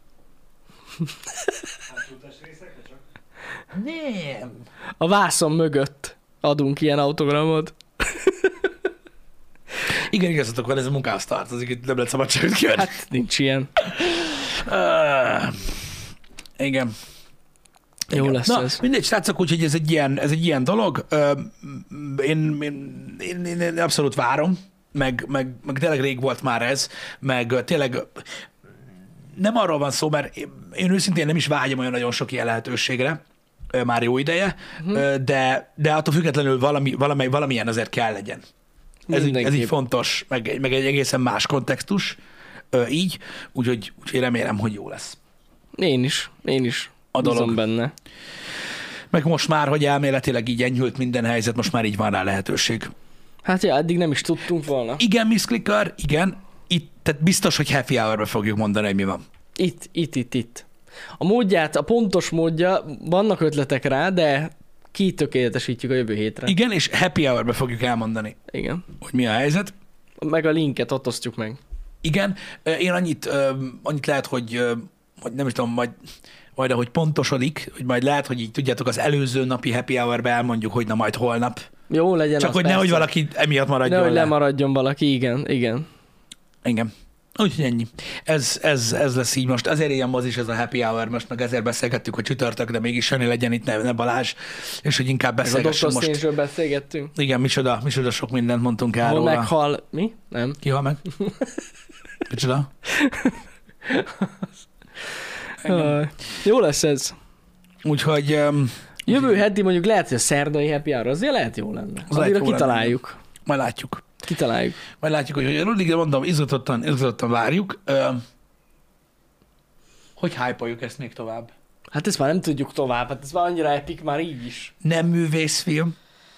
Hátul testrészekre csak? Nem. A vászon mögött adunk ilyen autogramot. Igen, igazatok van, ez a munkához tartozik, itt nem lehet szabadságot kérni. Hát nincs ilyen. Igen. Jó lesz ez. Mindegy, srácok, úgyhogy ez egy ilyen dolog. Én abszolút várom. meg tényleg rég volt már ez, meg tényleg nem arról van szó, mert én őszintén nem is vágyom olyan nagyon sok ilyen lehetőségre, már jó ideje, de attól függetlenül valamilyen azért kell legyen. Ez így fontos, meg egy egészen más kontextus, így, úgyhogy remélem, hogy jó lesz. Én is. A dolog. Bízom benne. Meg most már, hogy elméletileg így enyhült minden helyzet, most már így van rá lehetőség. Hát ja, eddig nem is tudtunk volna. Igen, Miss Clicker, igen. Itt, tehát biztos, hogy happy hour-be fogjuk mondani, hogy mi van. Itt. A módját, a pontos módja, vannak ötletek rá, de kitökéletesítjük a jövő hétre. Igen, és happy hour-be fogjuk elmondani, Igen. hogy mi a helyzet. Meg a linket ott osztjuk meg. Igen, én annyit lehet, hogy nem is tudom, majd ahogy pontosodik, hogy majd lehet, hogy így tudjátok, az előző napi happy hour-be elmondjuk, hogy na majd holnap. Jó, legyen. Csak az, hogy nehogy valaki emiatt maradjon nehogy le. lemaradjon valaki, igen. Igen. Úgyhogy ennyi. Ez lesz így most. Ezért ilyen mozis ez a happy hour most, meg ezért beszélgettük, hogy csütörtök, de mégis Sani legyen itt, ne Balázs, és hogy inkább Meg a beszélgessünk Dr. most. Strange-ről beszélgettünk. Igen, micsoda sok mindent mondtunk el Hol róla. meghal... Mi? Nem. Ki hal meg? Micsoda? Jó lesz ez. Úgyhogy... Jövő heti mondjuk lehet, hogy a szerdai happy hour azért lehet jó lenne. Az lehet Addigra jó kitaláljuk. Majd látjuk. Majd látjuk, hogy Rudigre mondom, izgatottan várjuk. Hogy hype-oljuk ezt még tovább? Hát ezt már nem tudjuk tovább, hát ez már annyira epic már így is. Nem művészfilm,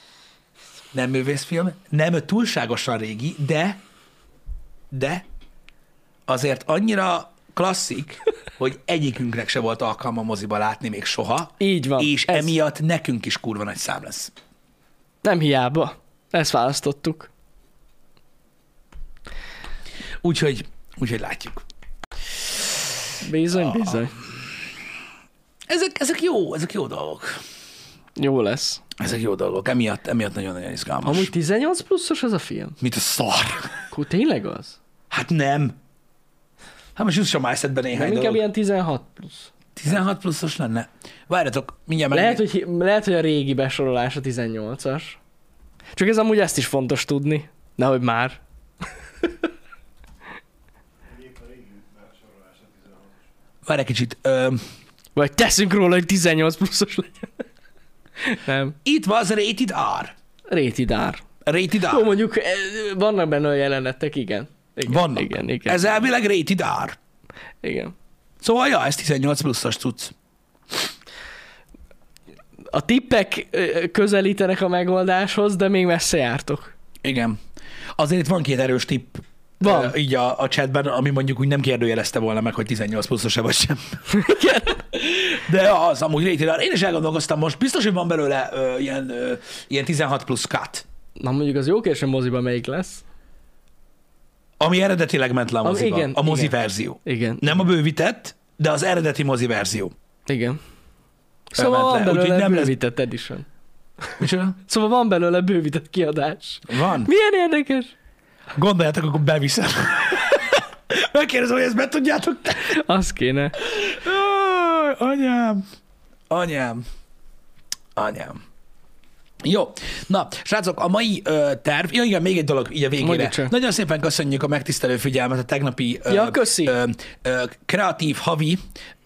nem túlságosan régi, de azért annyira klasszik, hogy egyikünknek se volt alkalma moziba látni még soha. Így van. És emiatt nekünk is kurva nagy szám lesz. Nem hiába. Ezt választottuk. Úgyhogy látjuk. Bizony. Ezek jó dolgok. Jó lesz. Ezek jó dolgok. Emiatt nagyon-nagyon izgalmas. Amúgy 18 pluszos az a film? Mit a szar? Akkor tényleg az? Hát nem. Hát most jusson már eszedbe néhány Nem dolog. inkább ilyen 16 plusz. 16 pluszos lenne? Várjatok, mindjárt Lehet, hogy a régi besorolás a 18-as. Csak ez amúgy ezt is fontos tudni. Nehogy már. Várj egy kicsit. Vagy teszünk róla, hogy 18 pluszos legyen. Nem. Itt van az Rated R. Rated R. Rated R. Jó, mondjuk vannak benne olyan jelenetek, igen. Vannak. Igen. Ez elvileg Rated R. Igen. Szóval, ja, ez 18 pluszos cucc. A tippek közelítenek a megoldáshoz, de még messze jártok. Igen. Azért itt van két erős tipp. Van. Így a chatben, ami mondjuk úgy nem kérdőjelezte volna meg, hogy 18 pluszos-e vagy sem. Igen. De az amúgy Rated R. Én is elgondolkoztam most. Biztos, hogy van belőle ilyen 16 plusz cut. Na mondjuk az jó kérdés, hogy moziban melyik lesz. Ami eredetileg ment le a moziba. Igen, a mozi igen. verzió. Igen. Nem a bővített, de az eredeti mozi verzió. Igen. Szóval Ment van le, belőle úgyhogy nem lesz- bővített edition. Micsoda? Szóval van belőle bővített kiadás. Van. Milyen érdekes. Gondoljátok, akkor beviszem. Megkérdezem, hogy ezt be tudjátok te. Az kéne. Anyám. Jó, na, srácok, a mai terv, ja igen, még egy dolog így a végére. Mondjuk csak. Nagyon szépen köszönjük a megtisztelő figyelmet a tegnapi köszi. kreatív havi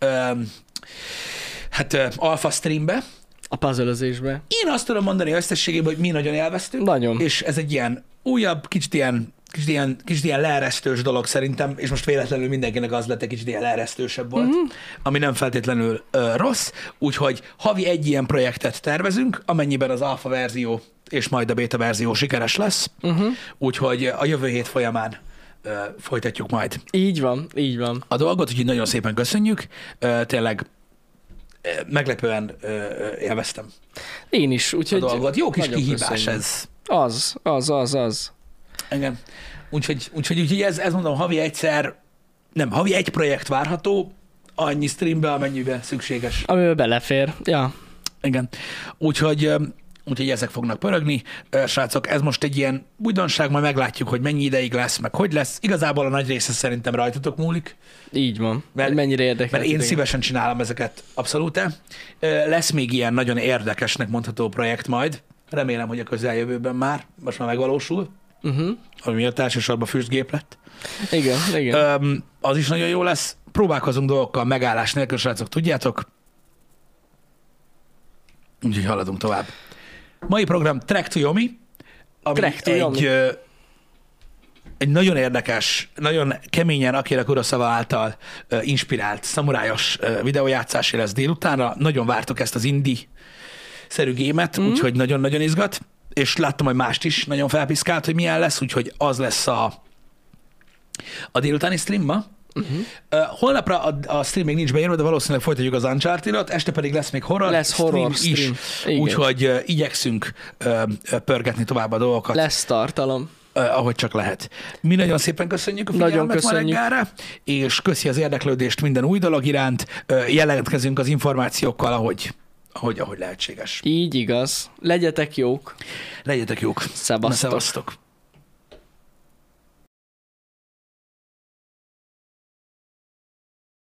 alfa streambe. A puzzle-özésbe. Én azt tudom mondani összességében, hogy mi nagyon élveztünk. Nagyon. És ez egy ilyen újabb, kicsit ilyen leeresztős dolog szerintem, és most véletlenül mindenkinek az lett, egy kicsit ilyen leeresztősebb volt, ami nem feltétlenül rossz, úgyhogy havi egy ilyen projektet tervezünk, amennyiben az alfa verzió és majd a beta verzió sikeres lesz, úgyhogy a jövő hét folyamán folytatjuk majd Így van. a dolgot, úgyhogy nagyon szépen köszönjük, tényleg meglepően élveztem Én is, a úgyhogy... dolgot. Jó kis nagyon kihívás köszönjük. ez. Az. Igen. Úgyhogy ez mondom, havi egy projekt várható, annyi streambe, amennyibe szükséges. Amiben belefér. Ja. Igen. Úgyhogy ezek fognak pörögni. Srácok, ez most egy ilyen újdonság, majd meglátjuk, hogy mennyi ideig lesz, meg hogy lesz. Igazából a nagy része szerintem rajtatok múlik, Így van. Mert- Mennyire érdekel. mert én szívesen csinálom ezeket abszolút. Lesz még ilyen nagyon érdekesnek mondható projekt majd. Remélem, hogy a közeljövőben már, most már megvalósul. ami miatt elsősorban füstgép lett. Igen. Az is nagyon jó lesz. Próbálkozunk dolgokkal megállás nélkül, srácok, tudjátok? Úgyhogy haladunk tovább. Mai program Trek to Yomi, ami Trek to Yomi. egy nagyon érdekes, nagyon keményen Akira Kurosawa által inspirált szamurájos videójátszásé lesz délutánra. Nagyon vártok ezt az indie-szerű gémet, úgyhogy nagyon-nagyon izgat. És láttam, hogy mást is nagyon felpiszkált, hogy milyen lesz, úgyhogy az lesz a délutáni stream ma. Holnapra a stream még nincs beírva, de valószínűleg folytatjuk az Uncharted-ot, este pedig lesz még horror, Lesz horror stream. Úgyhogy igyekszünk pörgetni tovább a dolgokat. Lesz tartalom. Ahogy csak lehet. Mi nagyon szépen köszönjük a figyelmet ma reggelre, és köszi az érdeklődést minden új dolog iránt. Jelentkezünk az információkkal, ahogy lehetséges. Így igaz. Legyetek jók. Legyetek jók. Szevasztok. Szevasztok.